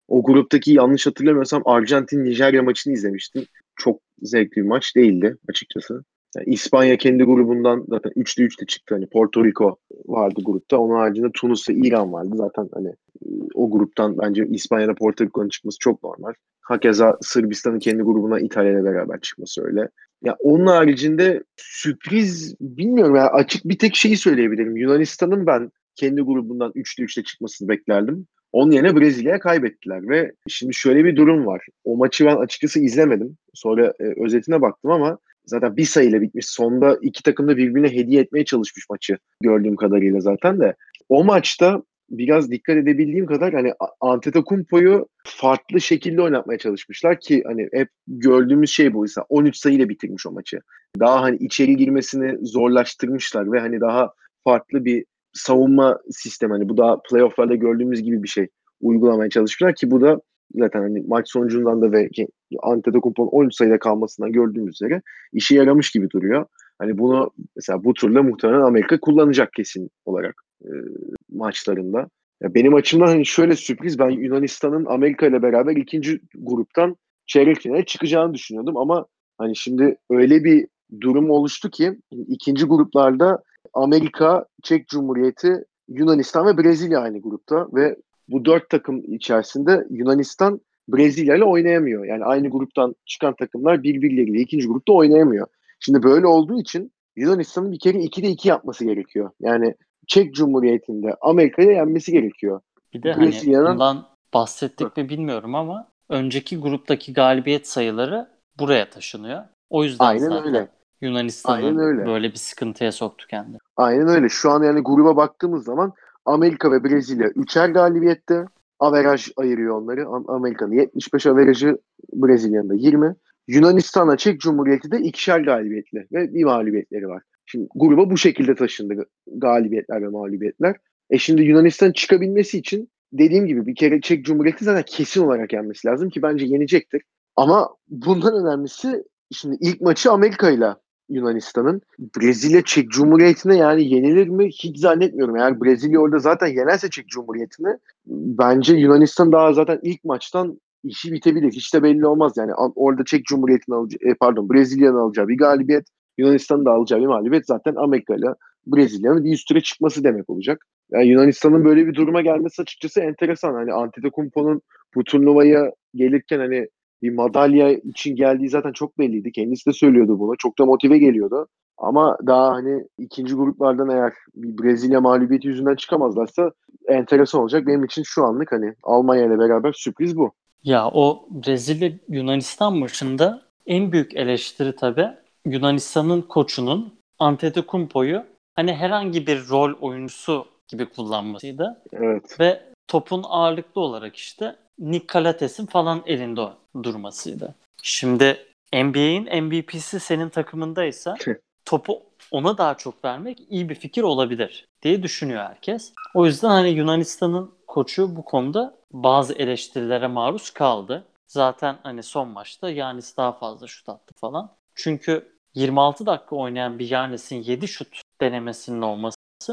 O gruptaki yanlış hatırlamıyorsam Arjantin-Nijerya maçını izlemiştim. Çok zevkli bir maç değildi açıkçası. Yani İspanya kendi grubundan zaten üçte üçte çıktı. Hani Porto Rico vardı grupta. Onun haricinde Tunus ve İran vardı. Zaten hani o gruptan bence İspanya'da Porto Rico'nun çıkması çok normal. Hakeza Sırbistan'ın kendi grubuna İtalya'yla beraber çıkması öyle. Ya onun haricinde sürpriz bilmiyorum ya, açık bir tek şeyi söyleyebilirim. Yunanistan'ın ben kendi grubundan üçte üçte çıkmasını beklerdim. Onun yerine Brezilya'ya kaybettiler ve şimdi şöyle bir durum var. O maçı ben açıkçası izlemedim. Sonra e, özetine baktım ama zaten bir sayıyla bitmiş. Sonda iki takım da birbirine hediye etmeye çalışmış maçı gördüğüm kadarıyla zaten de. O maçta biraz dikkat edebildiğim kadar hani Antetokounmpo'yu farklı şekilde oynatmaya çalışmışlar ki hani hep gördüğümüz şey bu. Mesela on üç sayıyla bitirmiş o maçı. Daha hani içeri girmesini zorlaştırmışlar ve hani daha farklı bir savunma sistemi, hani bu da playoff'larda gördüğümüz gibi bir şey uygulamaya çalışmışlar ki bu da zaten hani maç sonucundan da ve Antetokounmpo'nun on üç sayıda kalmasından gördüğümüz üzere işe yaramış gibi duruyor. Hani bunu mesela bu turda muhtemelen Amerika kullanacak kesin olarak e, maçlarında. Ya benim açımdan hani şöyle sürpriz, ben Yunanistan'ın Amerika ile beraber ikinci gruptan çeyrek finale çıkacağını düşünüyordum ama hani şimdi öyle bir durum oluştu ki ikinci gruplarda Amerika, Çek Cumhuriyeti, Yunanistan ve Brezilya aynı grupta ve bu dört takım içerisinde Yunanistan Brezilya ile oynayamıyor. Yani aynı gruptan çıkan takımlar birbirleriyle ikinci grupta oynayamıyor. Şimdi böyle olduğu için Yunanistan'ın bir kere ikide iki yapması gerekiyor. Yani Çek Cumhuriyeti'nde Amerika'yı yenmesi gerekiyor. Bir de hani Brezilya'nın bundan bahsettik mi bilmiyorum ama önceki gruptaki galibiyet sayıları buraya taşınıyor. O yüzden aynen zaten öyle. Aynen Yunanistan'ı öyle. böyle bir sıkıntıya soktu kendi. Aynen öyle. Şu an yani gruba baktığımız zaman Amerika ve Brezilya üçer galibiyette. Averaj ayırıyor onları. Amerika'nın yetmiş beş averajı, Brezilya'nın da yirmi. Yunanistan'la Çek Cumhuriyeti de ikişer galibiyetli ve bir mağlubiyetleri var. Şimdi gruba bu şekilde taşındı galibiyetler ve mağlubiyetler. E şimdi Yunanistan çıkabilmesi için dediğim gibi bir kere Çek Cumhuriyeti zaten kesin olarak yenmesi lazım ki bence yenecektir. Ama bundan önemlisi şimdi ilk maçı Amerika ile Yunanistan'ın. Brezilya Çek Cumhuriyeti'ne yani yenilir mi hiç zannetmiyorum. Eğer Brezilya orada zaten yenerse Çek Cumhuriyeti'ne bence Yunanistan daha zaten ilk maçtan işi bitebilir. Hiç de belli olmaz yani. Orada Çek Cumhuriyeti'nin alacağı, e, pardon Brezilya'nın alacağı bir galibiyet, Yunanistan'ın da alacağı bir mağlubiyet zaten Amerika ile Brezilya'nın bir üst ture çıkması demek olacak. Yani Yunanistan'ın böyle bir duruma gelmesi açıkçası enteresan. Hani Antetokounmpo'nun bu turnuvaya gelirken hani bir madalya için geldiği zaten çok belliydi. Kendisi de söylüyordu bunu. Çok da motive geliyordu. Ama daha hani ikinci gruplardan eğer bir Brezilya mağlubiyeti yüzünden çıkamazlarsa enteresan olacak. Benim için şu anlık hani Almanya ile beraber sürpriz bu. Ya o Brezilya Yunanistan maçında en büyük eleştiri tabii Yunanistan'ın koçunun Antetokounmpo'yu hani herhangi bir rol oyuncusu gibi kullanmasıydı. Evet. Ve topun ağırlıklı olarak işte Nick Calates'in falan elinde durmasıydı. Şimdi N B A'in M V P'si senin takımındaysa topu ona daha çok vermek iyi bir fikir olabilir diye düşünüyor herkes. O yüzden hani Yunanistan'ın koçu bu konuda bazı eleştirilere maruz kaldı. Zaten hani son maçta Yanis daha fazla şut attı falan. Çünkü yirmi altı dakika oynayan bir Yanis'in yedi şut denemesinin olması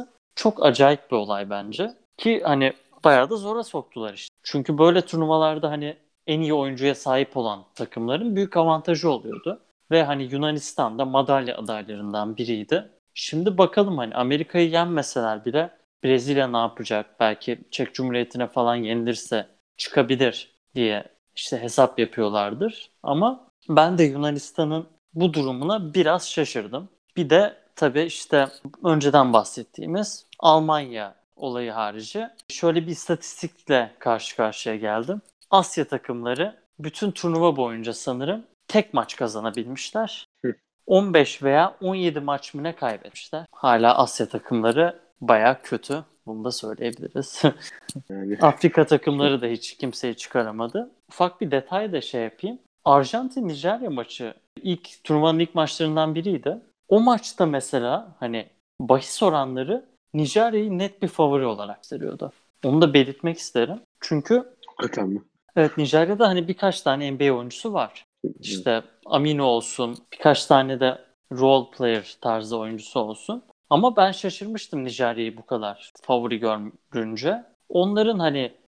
çok acayip bir olay bence. Ki hani bayağı da zora soktular işte. Çünkü böyle turnuvalarda hani en iyi oyuncuya sahip olan takımların büyük avantajı oluyordu. Ve hani Yunanistan da madalya adaylarından biriydi. Şimdi bakalım hani Amerika'yı yenmeseler bile Brezilya ne yapacak? Belki Çek Cumhuriyeti'ne falan yenilirse çıkabilir diye işte hesap yapıyorlardır. Ama ben de Yunanistan'ın bu durumuna biraz şaşırdım. Bir de tabii işte önceden bahsettiğimiz Almanya olayı harici şöyle bir istatistikle karşı karşıya geldim. Asya takımları bütün turnuva boyunca sanırım tek maç kazanabilmişler. on beş veya on yedi maç mı ne kaybetmişler. Hala Asya takımları baya kötü. Bunu da söyleyebiliriz. Yani Afrika takımları da hiç kimseyi çıkaramadı. Ufak bir detay da şey yapayım. Arjantin-Nijerya maçı ilk turnuvanın ilk maçlarından biriydi. O maçta mesela hani bahis oranları Nijerya'yı net bir favori olarak gösteriyordu. Onu da belirtmek isterim. Çünkü hakikaten mi? evet Nijerya'da hani birkaç tane N B A oyuncusu var. İşte Amino olsun, birkaç tane de role player tarzı oyuncusu olsun. Ama ben şaşırmıştım Nijerya'yı bu kadar favori görünce. Onların hani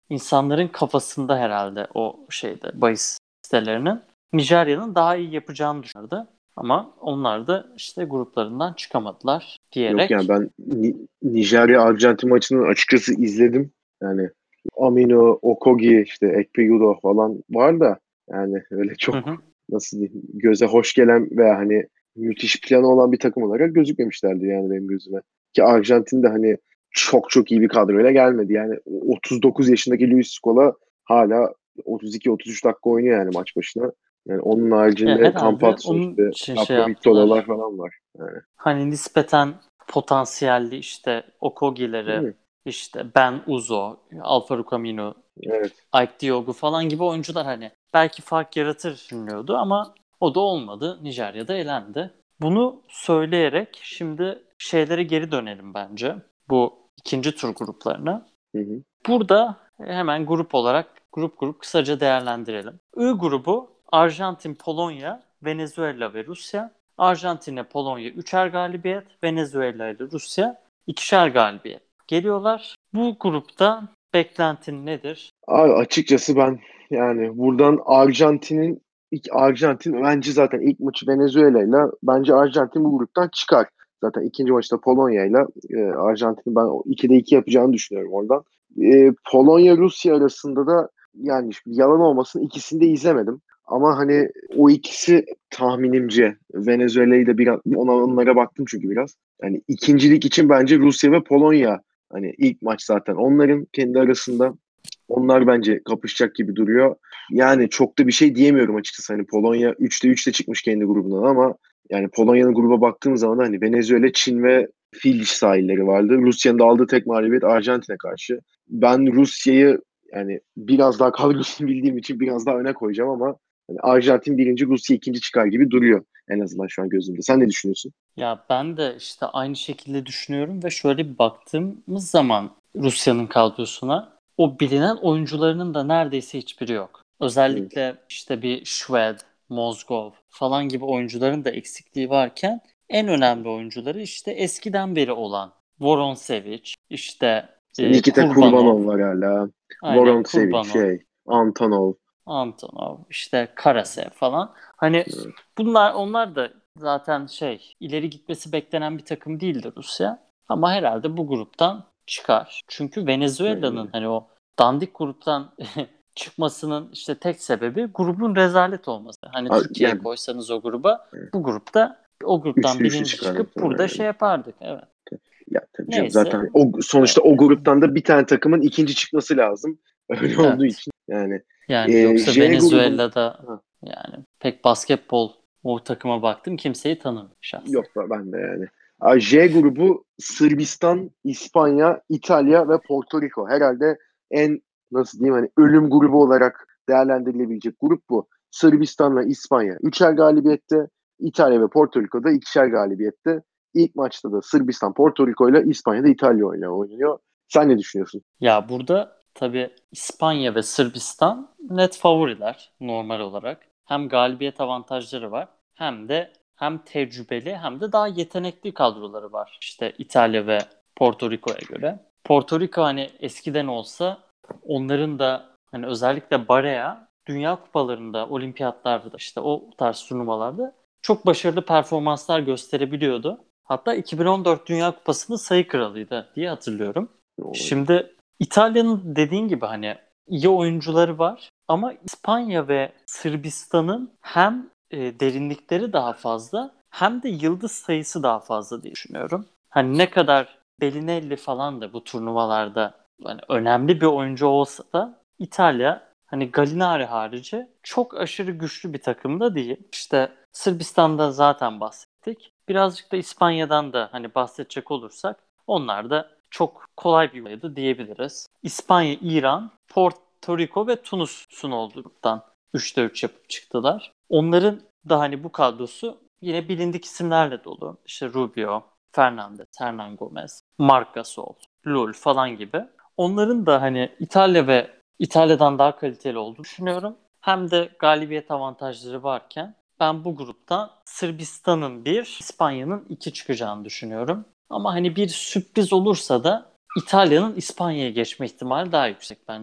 insanların kafasında herhalde o şeyde bahis sitelerinin Nijerya'nın daha iyi yapacağını düşünürdü. Ama onlar da işte gruplarından çıkamadılar Yok yani diyerek. ben Ni- Nijerya Arjantin maçını açıkçası izledim. Yani Amino, Okogie, işte Ekpeyudo falan var da yani öyle Hı çok hı. nasıl diyeyim göze hoş gelen veya hani müthiş planı olan bir takım olarak gözükmemişlerdi yani benim gözüme. Ki Arjantin de hani çok çok iyi bir kadroyla gelmedi. Yani otuz dokuz yaşındaki Luis Scola hala otuz iki otuz üç dakika oynuyor yani maç başına. Yani onun Ya haricinde herhalde Campazzo onun işte için şey Laprovitto'lar yaptılar. falan var. Yani. Hani nispeten potansiyelli işte Okogi'leri, Hı, işte Ben Uzo, Alfaro Camino, evet. Ike Diogu falan gibi oyuncular hani belki fark yaratır düşünülüyordu ama o da olmadı. Nijerya'da elendi. Bunu söyleyerek şimdi şeylere geri dönelim bence. Bu ikinci tur gruplarına. Hı hı. Burada hemen grup olarak grup grup kısaca değerlendirelim. I grubu Arjantin, Polonya, Venezuela ve Rusya. Arjantin'e Polonya üçer galibiyet, Venezuela ile Rusya ikişer galibiyet geliyorlar. Bu grupta beklentin nedir? Abi açıkçası ben yani buradan Arjantin'in ilk Arjantin bence zaten ilk maçı Venezuela'yla bence Arjantin bu gruptan çıkar. Zaten ikinci maçta Polonya'yla e, Arjantin'in ben o ikide iki yapacağını düşünüyorum oradan. E, Polonya-Rusya arasında da yani yalan olmasın ikisini de izlemedim. Ama hani o ikisi tahminimce Venezuela'yı da biraz ona, onlara baktım çünkü biraz. Yani ikincilik için bence Rusya ve Polonya hani ilk maç zaten onların kendi arasında onlar bence kapışacak gibi duruyor. Yani çok da bir şey diyemiyorum açıkçası. Hani Polonya üçte üçte çıkmış kendi grubundan ama yani Polonya'nın gruba baktığım zaman hani Venezuela, Çin ve Fil dişi sahilleri vardı. Rusya'nın da aldığı tek mağlubiyet Arjantin'e karşı. Ben Rusya'yı yani biraz daha kadrosunu bildiğim için biraz daha öne koyacağım ama hani Arjantin birinci, Rusya ikinci çıkar gibi duruyor en azından şu an gözümde. Sen ne düşünüyorsun? Ya ben de işte aynı şekilde düşünüyorum ve şöyle bir baktığımız zaman Rusya'nın kadrosuna o bilinen oyuncularının da neredeyse hiçbiri yok. Evet. Özellikle işte bir Şved, Mozgov falan gibi oyuncuların da eksikliği varken en önemli oyuncuları işte eskiden beri olan Voronsevic, işte İşte e, Nikita Kurbanov, Kurbanov var hala. aynen Vorontsevic, Kurbanov, şey, Antonov. Antonov, işte Karasev falan. Hani Evet. bunlar onlar da zaten şey ileri gitmesi beklenen bir takım değildi Rusya. Ama herhalde bu gruptan çıkar. Çünkü Aynen Venezuela'nın öyle. hani o dandik gruptan çıkmasının işte tek sebebi grubun rezalet olması. Hani A- Türkiye'yi Yani koysanız o gruba bu grupta o gruptan üçlü üçlü birinci çıkar çıkıp muhtemelen burada yani. şey yapardık. Evet. Ya tabii canım Neyse. zaten o sonuçta o Öyle. gruptan da bir tane takımın ikinci çıkması lazım. Öyle olduğu Evet. için yani Yani e, yoksa J grubun Venezuela'da ha, yani pek basketbol o takıma baktım kimseyi tanımıyorum şahsen. yok ben de yani. A, J grubu Sırbistan, İspanya, İtalya ve Porto Rico. Herhalde en nasıl diyeyim hani ölüm grubu olarak değerlendirilebilecek grup bu. Sırbistan'la İspanya üçer galibiyette, İtalya ve Porto Rico'da ikişer galibiyette. İlk maçta da Sırbistan, Porto Rico ile İspanya'da İtalya ile oynuyor. Sen ne düşünüyorsun? Ya burada tabii İspanya ve Sırbistan net favoriler normal olarak. Hem galibiyet avantajları var hem de hem tecrübeli hem de daha yetenekli kadroları var. İşte İtalya ve Porto Rico'ya göre. Porto Rico hani eskiden olsa onların da hani özellikle Barea Dünya Kupalarında, olimpiyatlarda işte o tarz turnuvalarda çok başarılı performanslar gösterebiliyordu. Hatta iki bin on dört Dünya Kupası'nın sayı kralıydı diye hatırlıyorum. Şimdi İtalya'nın dediğin gibi hani iyi oyuncuları var ama İspanya ve Sırbistan'ın hem e, derinlikleri daha fazla hem de yıldız sayısı daha fazla diye düşünüyorum. Hani ne kadar Bellinelli falan da bu turnuvalarda hani önemli bir oyuncu olsa da İtalya hani Gallinari harici çok aşırı güçlü bir takım da değil. İşte Sırbistan'da zaten bahsettik. Birazcık da İspanya'dan da hani bahsedecek olursak onlar da çok kolay bir olaydı diyebiliriz. İspanya, İran, Porto Rico ve Tunus'un olduğu gruptan üçte üç yapıp çıktılar. Onların da hani bu kadrosu yine bilindik isimlerle dolu. İşte Rubio, Fernandez, Hernan Gomez, Marc Gasol, Lul falan gibi. Onların da hani İtalya ve İtalya'dan daha kaliteli olduğunu düşünüyorum. Hem de galibiyet avantajları varken ben bu gruptan Sırbistan'ın bir, İspanya'nın iki çıkacağını düşünüyorum. Ama hani bir sürpriz olursa da İtalya'nın İspanya'ya geçme ihtimali daha yüksek bence.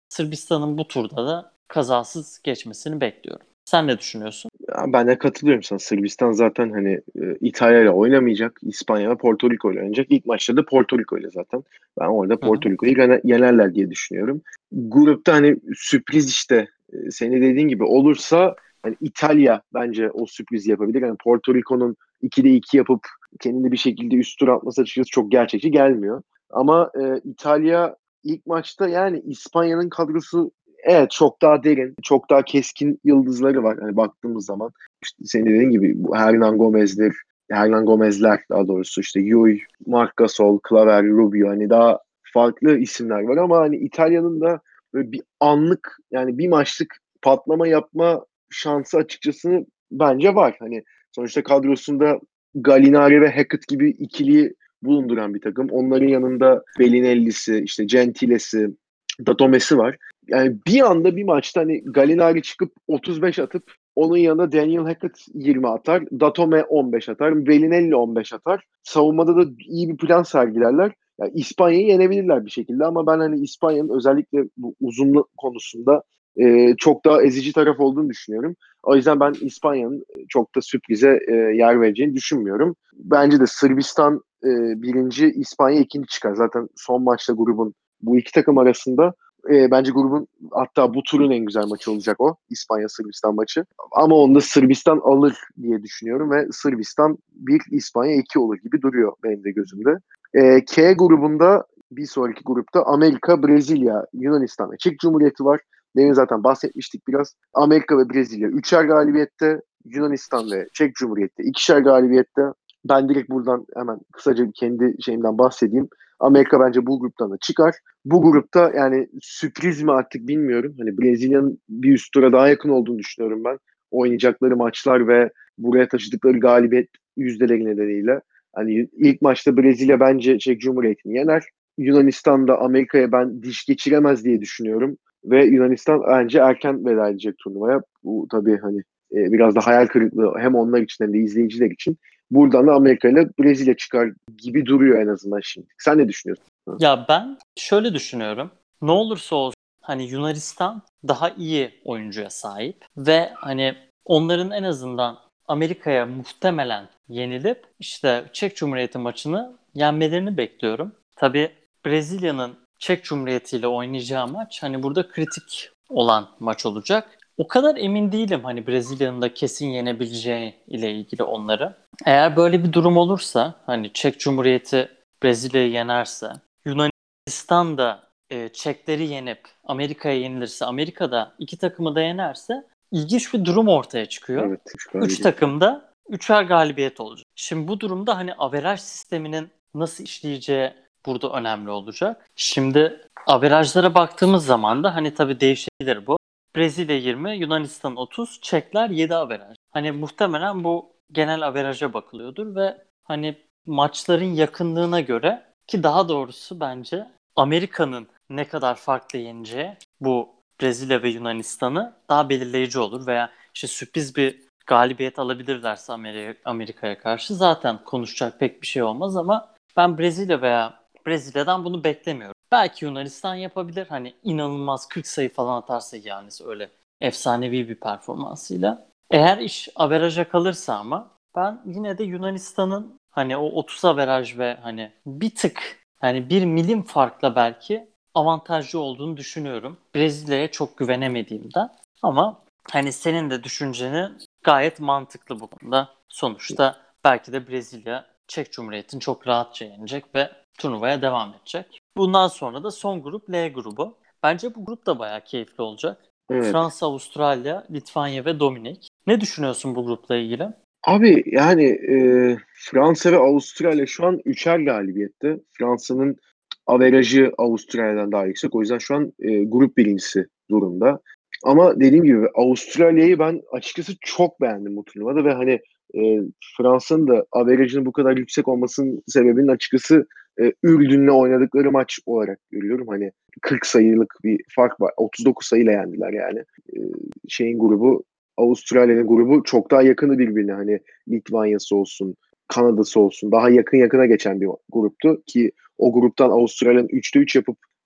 Sırbistan'ın bu turda da kazasız geçmesini bekliyorum. Sen ne düşünüyorsun? Ya ben de katılıyorum sana. Sırbistan zaten hani e, İtalya ile oynamayacak. İspanya ve Porto Rico ile oynayacak. İlk maçta da Porto Rico ile zaten. Ben orada Hı hı. Porto Rico'yu gene- yenerler diye düşünüyorum. Grupta hani sürpriz işte e, senin dediğin gibi olursa hani İtalya bence o sürprizi yapabilir. Yani Porto Rico'nun ikide iki yapıp kendini bir şekilde üst tur atması açıkçası çok gerçekçi gelmiyor. Ama e, İtalya ilk maçta yani İspanya'nın kadrosu evet çok daha derin, çok daha keskin yıldızları var. Hani baktığımız zaman işte senin dediğin gibi bu Hernan Gomez'dir, Hernan Gomez'ler daha doğrusu işte Yui, Marc Gasol, Claver, Rubio hani daha farklı isimler var ama hani İtalya'nın da böyle bir anlık yani bir maçlık patlama yapma şansı açıkçası bence var. Hani sonuçta kadrosunda Gallinari ve Hackett gibi ikiliyi bulunduran bir takım. Onların yanında Bellinelli'si, işte Gentile'si, Datomesi var. Yani bir anda bir maçta hani Gallinari çıkıp otuz beş atıp onun yanında Daniel Hackett yirmi atar. Datome on beş atar. Bellinelli on beş atar. Savunmada da iyi bir plan sergilerler. Yani İspanya'yı yenebilirler bir şekilde ama ben hani İspanya'nın özellikle bu uzunluk konusunda e, çok daha ezici taraf olduğunu düşünüyorum. O yüzden ben İspanya'nın çok da sürprize e, yer vereceğini düşünmüyorum. Bence de Sırbistan e, birinci, İspanya ikinci çıkar. Zaten son maçta grubun bu iki takım arasında e, bence grubun hatta bu turun en güzel maçı olacak o. İspanya-Sırbistan maçı. Ama onu da Sırbistan alır diye düşünüyorum ve Sırbistan bir, İspanya iki olur gibi duruyor benim de gözümde. E, K grubunda bir sonraki grupta Amerika, Brezilya, Yunanistan ve Çek Cumhuriyeti var. Demin zaten bahsetmiştik biraz. Amerika ve Brezilya üçer galibiyette, Yunanistan ve Çek Cumhuriyeti ikişer galibiyette. Ben direkt buradan hemen kısaca kendi şeyimden bahsedeyim. Amerika bence bu gruptan da çıkar. Bu grupta yani sürpriz mi artık bilmiyorum. Hani Brezilya'nın bir üst tura daha yakın olduğunu düşünüyorum ben. Oynayacakları maçlar ve buraya taşıdıkları galibiyet yüzdeleri nedeniyle. Hani ilk maçta Brezilya bence Çek Cumhuriyeti'ni yener. Yunanistan'da Amerika'ya ben diş geçiremez diye düşünüyorum. Ve Yunanistan bence erken veda edecek turnuvaya. Bu tabii hani e, biraz da hayal kırıklığı hem onlar için hem de izleyiciler için. Buradan da Amerika ile Brezilya çıkar gibi duruyor en azından şimdi. Sen ne düşünüyorsun? Ya ben şöyle düşünüyorum. Ne olursa olsun hani Yunanistan daha iyi oyuncuya sahip ve hani onların en azından Amerika'ya muhtemelen yenilip işte Çek Cumhuriyeti maçını yenmelerini bekliyorum. Tabii Brezilya'nın Çek Cumhuriyeti ile oynayacağı maç hani burada kritik olan maç olacak. O kadar emin değilim hani Brezilya'nın da kesin yenebileceği ile ilgili onları. Eğer böyle bir durum olursa hani Çek Cumhuriyeti Brezilya'yı yenerse Yunanistan da e, Çekleri yenip Amerika'ya yenilirse, Amerika'da iki takımı da yenerse ilginç bir durum ortaya çıkıyor. Evet, üç Üç galibiyet. takım da üçer galibiyet olacak. Şimdi bu durumda hani averaj sisteminin nasıl işleyeceği burada önemli olacak. Şimdi averajlara baktığımız zaman da hani tabii değişebilir bu. Brezilya yirmi, Yunanistan otuz, Çekler yedi averaj. Hani muhtemelen bu genel averaja bakılıyordur ve hani maçların yakınlığına göre ki daha doğrusu bence Amerika'nın ne kadar farklı yeneceği bu Brezilya ve Yunanistan'ı daha belirleyici olur veya işte sürpriz bir galibiyet alabilirlerse Amerika'ya karşı zaten konuşacak pek bir şey olmaz ama ben Brezilya veya Brezilya'dan bunu beklemiyorum. Belki Yunanistan yapabilir. Hani inanılmaz kırk sayı falan atarsa yani öyle efsanevi bir performansıyla. Eğer iş averaja kalırsa ama ben yine de Yunanistan'ın hani o otuz averaj ve hani bir tık hani bir milim farkla belki avantajlı olduğunu düşünüyorum. Brezilya'ya çok güvenemediğimden ama hani senin de düşünceni gayet mantıklı bu konuda. Sonuçta belki de Brezilya Çek Cumhuriyeti'ni çok rahatça yenecek ve turnuvaya devam edecek. Bundan sonra da son grup L grubu. Bence bu grup da bayağı keyifli olacak. Evet. Fransa, Avustralya, Litvanya ve Dominik. Ne düşünüyorsun bu grupla ilgili? Abi yani e, Fransa ve Avustralya şu an üçer galibiyette. Fransa'nın averajı Avustralya'dan daha yüksek. O yüzden şu an e, grup birincisi durumda. Ama dediğim gibi Avustralya'yı ben açıkçası çok beğendim bu turnuvada ve hani e, Fransa'nın da averajının bu kadar yüksek olmasının sebebinin açıkçası e, Ürdün'le oynadıkları maç olarak görüyorum. Hani kırk sayılık bir fark var. otuz dokuz sayıyla yendiler yani. E, şeyin grubu Avustralya'nın grubu çok daha yakını birbirine. Hani Litvanya'sı olsun, Kanada'sı olsun daha yakın yakına geçen bir gruptu ki o gruptan Avustralya'nın üçte üç yapıp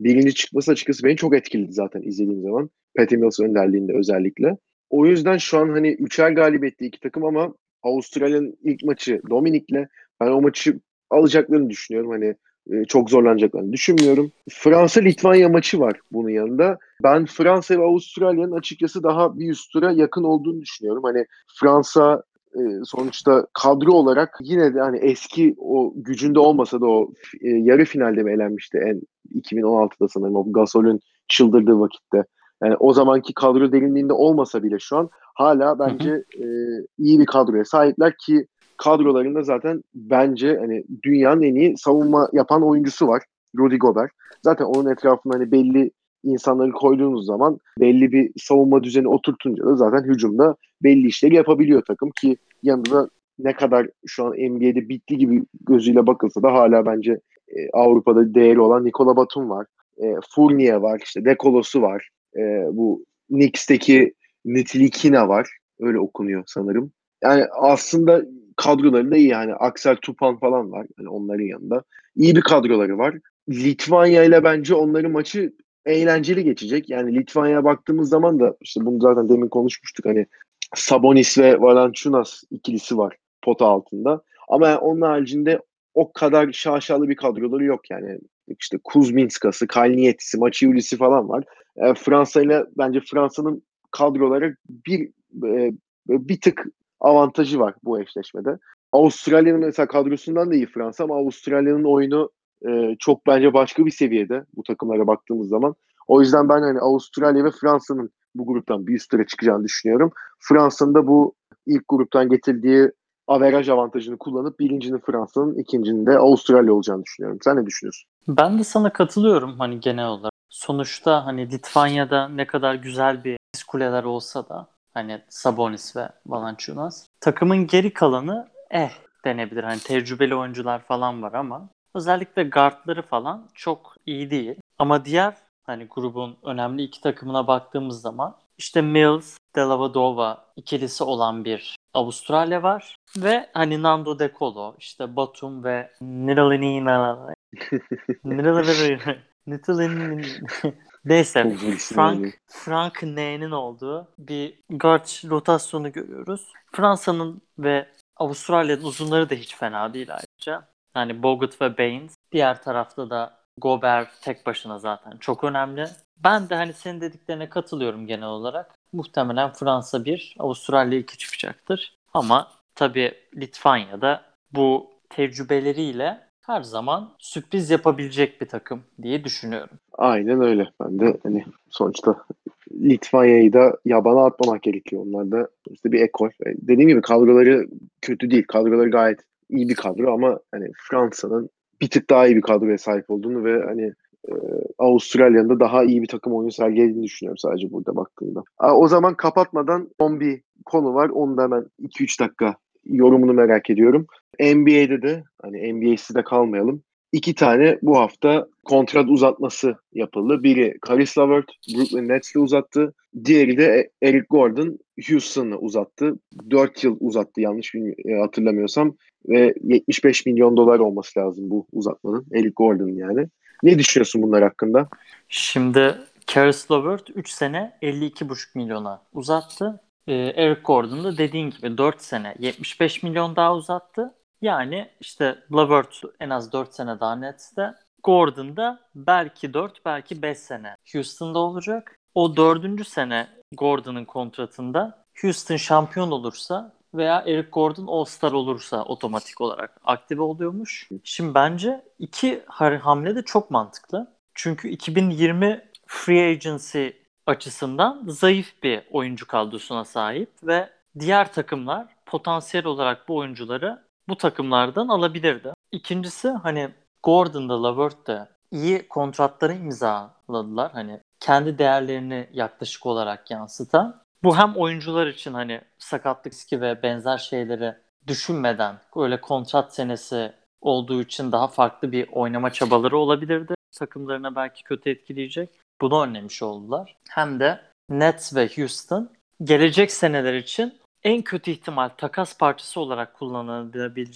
birinci çıkması açıkçası beni çok etkiledi zaten izlediğim zaman. Patty Mills önderliğinde özellikle. O yüzden şu an hani üçer galibiyetli iki takım ama Avustralya'nın ilk maçı Dominik'le, ben o maçı alacaklarını düşünüyorum. Hani e, çok zorlanacaklarını düşünmüyorum. Fransa-Litvanya maçı var bunun yanında. Ben Fransa ve Avustralya'nın açıkçası daha bir üst tura yakın olduğunu düşünüyorum. Hani Fransa e, sonuçta kadro olarak yine de hani eski o gücünde olmasa da o e, yarı finalde mi elenmişti en iki bin on altıda sanırım o Gasol'ün çıldırdığı vakitte. Yani o zamanki kadro derinliğinde olmasa bile şu an hala Hı hı. bence e, iyi bir kadroya sahipler ki kadrolarında zaten bence hani dünyanın en iyi savunma yapan oyuncusu var. Rudy Gobert. Zaten onun etrafında hani belli insanları koyduğunuz zaman belli bir savunma düzeni oturtunca da zaten hücumda belli işleri yapabiliyor takım ki yanında ne kadar şu an N B A'de bitti gibi gözüyle bakılsa da hala bence e, Avrupa'da değeri olan Nikola Batum var. E, Fournier var, işte Dekolosu var. E, bu Knicks'teki Ntilikina var. Öyle okunuyor sanırım. Yani aslında kadroları da iyi yani. Axel Tupan falan var yani onların yanında. İyi bir kadroları var. Litvanya ile bence onların maçı eğlenceli geçecek. Yani Litvanya'ya baktığımız zaman da işte bunu zaten demin konuşmuştuk. Hani Sabonis ve Valanciunas ikilisi var pota altında. Ama yani onun haricinde o kadar şaşalı bir kadroları yok yani. İşte Kuzminska'sı, Kalnietis'i, Maciulis'i falan var. E, Fransa ile bence Fransa'nın kadroları bir e, bir tık avantajı var bu eşleşmede. Avustralya'nın mesela kadrosundan da iyi Fransa ama Avustralya'nın oyunu e, çok bence başka bir seviyede bu takımlara baktığımız zaman. O yüzden ben hani Avustralya ve Fransa'nın bu gruptan bir üst tura çıkacağını düşünüyorum. Fransa'nın da bu ilk gruptan getirdiği averaj avantajını kullanıp birincinin Fransa'nın, ikincinin de Avustralya olacağını düşünüyorum. Sen ne düşünüyorsun? Ben de sana katılıyorum hani genel olarak. Sonuçta hani Litvanya'da ne kadar güzel bir diz kuleler olsa da hani Sabonis ve Valanciunas takımın geri kalanı eh denebilir. Hani tecrübeli oyuncular falan var ama özellikle guardları falan çok iyi değil. Ama diğer hani grubun önemli iki takımına baktığımız zaman işte Mills, Dellavedova ikilisi olan bir Avustralya var ve hani Nando De Colo, işte Batum ve Nidalenina Nidalenina Nidalenina neyse Çok zor isim yani. Frank Frank N'nin olduğu bir guard rotasyonu görüyoruz. Fransa'nın ve Avustralya'nın uzunları da hiç fena değil ayrıca. Yani Bogut ve Baines. Diğer tarafta da Gobert tek başına zaten çok önemli. Ben de hani senin dediklerine katılıyorum genel olarak. Muhtemelen Fransa bir, Avustralya iki çıkacaktır. Ama tabii Litvanya'da bu tecrübeleriyle her zaman sürpriz yapabilecek bir takım diye düşünüyorum. Aynen öyle. Ben de hani sonuçta Litvanya'yı da yabana atmamak gerekiyor. Onlar da işte bir ekol. E, Dediğim gibi kadroları kötü değil. Kadroları gayet iyi bir kadro ama hani Fransa'nın bir tık daha iyi bir kadroya sahip olduğunu ve hani e, Avustralya'nın da daha iyi bir takım oyunu sergilediğini düşünüyorum sadece burada baktığımda. Aa, o zaman kapatmadan son bir konu var. Onu da hemen iki üç dakika yorumunu merak ediyorum. N B A'de de hani N B A'siz de kalmayalım. İki tane bu hafta kontrat uzatması yapıldı. Biri Caris LeVert Brooklyn Nets'le uzattı. Diğeri de Eric Gordon Houston'la uzattı. Dört yıl uzattı yanlış bilmi- e, hatırlamıyorsam. Ve yetmiş beş milyon dolar olması lazım bu uzatmanın. Eric Gordon'ın yani. Ne düşünüyorsun bunlar hakkında? Şimdi Caris LeVert üç sene elli iki buçuk milyona uzattı. Ee, Eric Gordon da dediğin gibi dört sene yetmiş beş milyon daha uzattı. Yani işte LeVert en az dört sene daha Nets'te. Gordon da belki dört belki beş sene Houston'da olacak. O dördüncü sene Gordon'ın kontratında Houston şampiyon olursa veya Eric Gordon All-Star olursa otomatik olarak aktive oluyormuş. Şimdi bence iki hamle de çok mantıklı. Çünkü iki bin yirmi free agency açısından zayıf bir oyuncu kadrosuna sahip ve diğer takımlar potansiyel olarak bu oyuncuları bu takımlardan alabilirdi. İkincisi hani Gordon'da LeVert de iyi kontratları imzaladılar. Hani kendi değerlerini yaklaşık olarak yansıtan. Bu hem oyuncular için hani sakatlık riski ve benzer şeyleri düşünmeden öyle kontrat senesi olduğu için daha farklı bir oynama çabaları olabilirdi. Takımlarına belki kötü etkileyecek. Bunu önlemiş oldular. Hem de Nets ve Houston gelecek seneler için en kötü ihtimal takas parçası olarak kullanılabilecek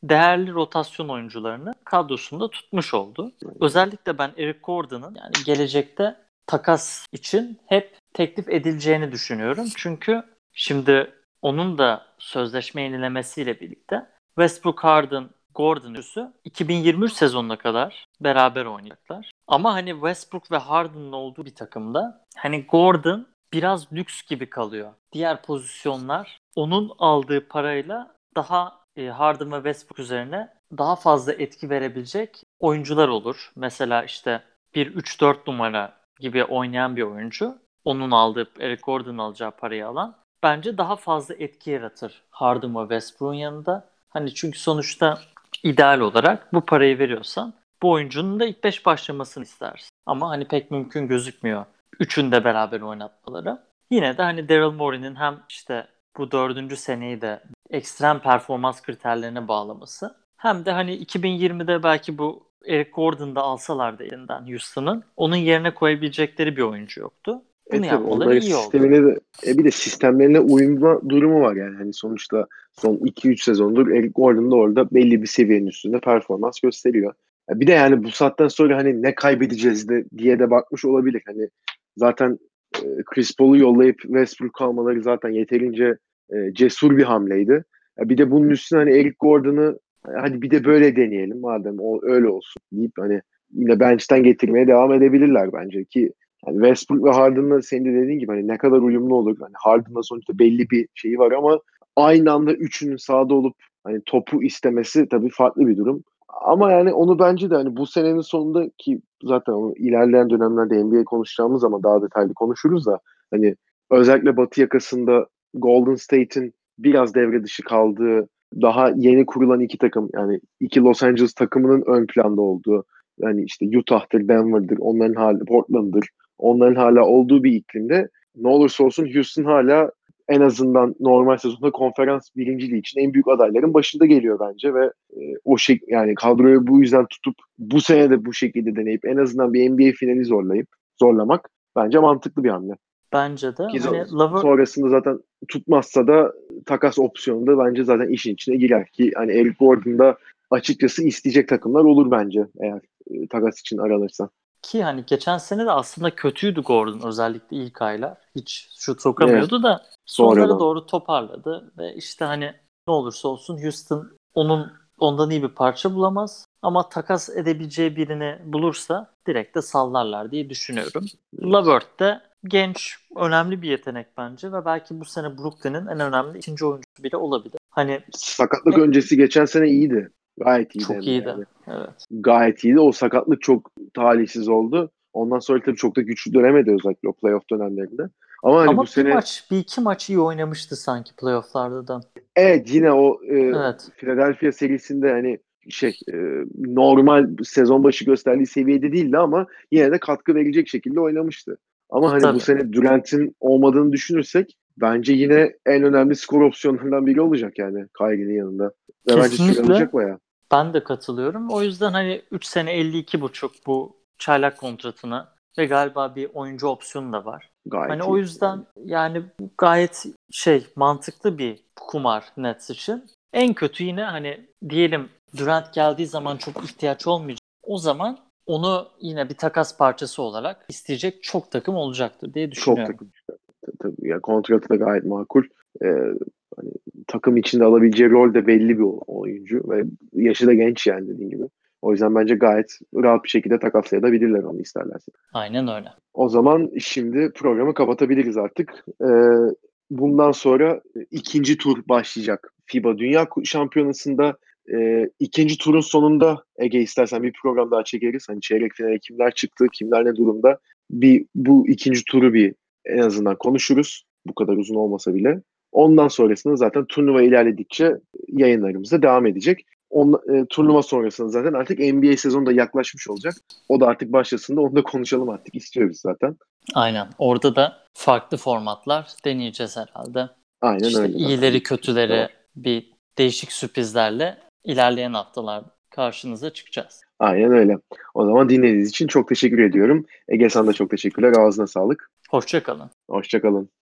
değerli rotasyon oyuncularını kadrosunda tutmuş oldu. Özellikle ben Eric Gordon'ın yani gelecekte takas için hep teklif edileceğini düşünüyorum. Çünkü şimdi onun da sözleşme yenilemesiyle birlikte Westbrook, Harden, Gordon üçlüsü iki bin yirmi üç sezonuna kadar beraber oynayacaklar. Ama hani Westbrook ve Harden'ın olduğu bir takımda hani Gordon biraz lüks gibi kalıyor. Diğer pozisyonlar onun aldığı parayla daha e, Harden ve Westbrook üzerine daha fazla etki verebilecek oyuncular olur. Mesela işte bir üç dört numara gibi oynayan bir oyuncu, onun aldığı, Eric Gordon'un alacağı parayı alan bence daha fazla etki yaratır Harden ve Westbrook'un yanında. Hani çünkü sonuçta ideal olarak bu parayı veriyorsan bu oyuncunun da ilk beş başlamasını istersin. Ama hani pek mümkün gözükmüyor üçünü de beraber oynatmaları. Yine de hani Daryl Morey'nin hem işte bu dördüncü seneyi de ekstrem performans kriterlerine bağlaması hem de hani iki bin yirmide belki bu Eric Gordon'da alsalardı elinden Houston'ın onun yerine koyabilecekleri bir oyuncu yoktu. E Bunu tabii yapmaları onların iyi oldu. sistemine de e bir de sistemlerine uyumlu durumu var yani. Hani sonuçta son iki üç sezondur Eric Gordon da orada belli bir seviyenin üstünde performans gösteriyor. Ya bir de yani bu saatten sonra hani ne kaybedeceğiz de diye de bakmış olabilir. Hani zaten e, Chris Paul'u yollayıp Westbrook almaları zaten yeterince e, cesur bir hamleydi. Ya bir de bunun üstüne hani Eric Gordon'ı e, hadi bir de böyle deneyelim madem o öyle olsun deyip hani yine bench'ten getirmeye devam edebilirler bence ki yani Westbrook ve Harden'la senin de dediğin gibi hani ne kadar uyumlu olur. Hani Harden'la sonuçta belli bir şeyi var ama aynı anda üçünün sahada olup hani topu istemesi tabii farklı bir durum. Ama yani onu bence de hani bu senenin sonunda ki zaten onu ilerleyen dönemlerde N B A konuşacağımız zaman daha detaylı konuşuruz da hani özellikle Batı yakasında Golden State'in biraz devre dışı kaldığı daha yeni kurulan iki takım yani iki Los Angeles takımının ön planda olduğu yani işte Utah'tır, Denver'dır, onların hali Portland'dır. Onların hala olduğu bir iklimde ne olursa olsun Houston hala en azından normal sezonda konferans birinciliği için en büyük adayların başında geliyor bence ve e, o şey yani kadroyu bu yüzden tutup bu sene de bu şekilde deneyip en azından bir N B A finali zorlayıp zorlamak bence mantıklı bir hamle. Bence de Ki hani zo- Lover sonrasında zaten tutmazsa da takas opsiyonu da bence zaten işin içine girer ki hani Eric Gordon'da açıkçası isteyecek takımlar olur bence eğer e, takas için aranırsa. ki hani geçen sene de aslında kötüydü Gordon özellikle ilk aylar. Hiç şut Evet, sokamıyordu da sonlara sonradan. doğru toparladı ve işte hani ne olursa olsun Houston onun ondan iyi bir parça bulamaz ama takas edebileceği birini bulursa direkt de sallarlar diye düşünüyorum. Lavert de genç, önemli bir yetenek bence ve belki bu sene Brooklyn'in en önemli ikinci oyuncusu bile olabilir. Hani Sakatlık e, öncesi geçen sene iyiydi. Gayet iyiydi çok hem de iyiydi. yani. Evet. Gayet iyiydi. O sakatlık çok talihsiz oldu. Ondan sonra tabii çok da güçlü dönemedi özellikle o playoff dönemlerinde. Ama hani bu Ama bir sene maç, bir iki maç iyi oynamıştı sanki playofflarda da. evet yine o e, Evet. Philadelphia serisinde hani şey e, normal sezon başı gösterdiği seviyede değildi ama yine de katkı verecek şekilde oynamıştı. Ama hani bu Tabii. sene Durant'in olmadığını düşünürsek bence yine en önemli skor opsiyonlarından biri olacak yani Kyrie'nin yanında. Ve bence süre Kesinlikle alacak bayağı. ben de katılıyorum. O yüzden hani üç sene elli iki buçuk bu çaylak kontratına ve galiba bir oyuncu opsiyonu da var. Hani Gayet o iyi. Yani yüzden yani gayet şey mantıklı bir kumar Nets için. En kötü yine hani diyelim Durant geldiği zaman çok ihtiyaç olmayacak. O zaman onu yine bir takas parçası olarak isteyecek çok takım olacaktır diye çok düşünüyorum. takım tabii ya kontratı da gayet makul. Ee, hani takım içinde alabileceği rol de belli bir oyuncu ve yaşı da genç yani dediğin gibi. O yüzden bence gayet rahat bir şekilde takaslayabilirler onu isterlerse. Aynen öyle. O zaman şimdi programı kapatabiliriz artık. Ee, bundan sonra ikinci tur başlayacak. FIBA Dünya Şampiyonası'nda e, ikinci turun sonunda Ege istersen bir program daha çekeriz. Hani çeyrek finale kimler çıktı, kimler ne durumda. Bir bu ikinci turu bir en azından konuşuruz. Bu kadar uzun olmasa bile. Ondan sonrasında zaten turnuva ilerledikçe yayınlarımız da devam edecek. On, e, turnuva sonrasında zaten artık N B A sezonu da yaklaşmış olacak. O da artık başlasın da onu da konuşalım artık istiyoruz zaten. Aynen. Orada da farklı formatlar deneyeceğiz herhalde. Aynen İşte öyle zaten iyileri bir sürpriz de kötüleri var. bir değişik sürprizlerle ilerleyen haftalar karşınıza çıkacağız. Aynen öyle. O zaman dinlediğiniz için çok teşekkür ediyorum. Ege sana da çok teşekkürler. Ağzına sağlık. Hoşça kalın. Hoşça kalın.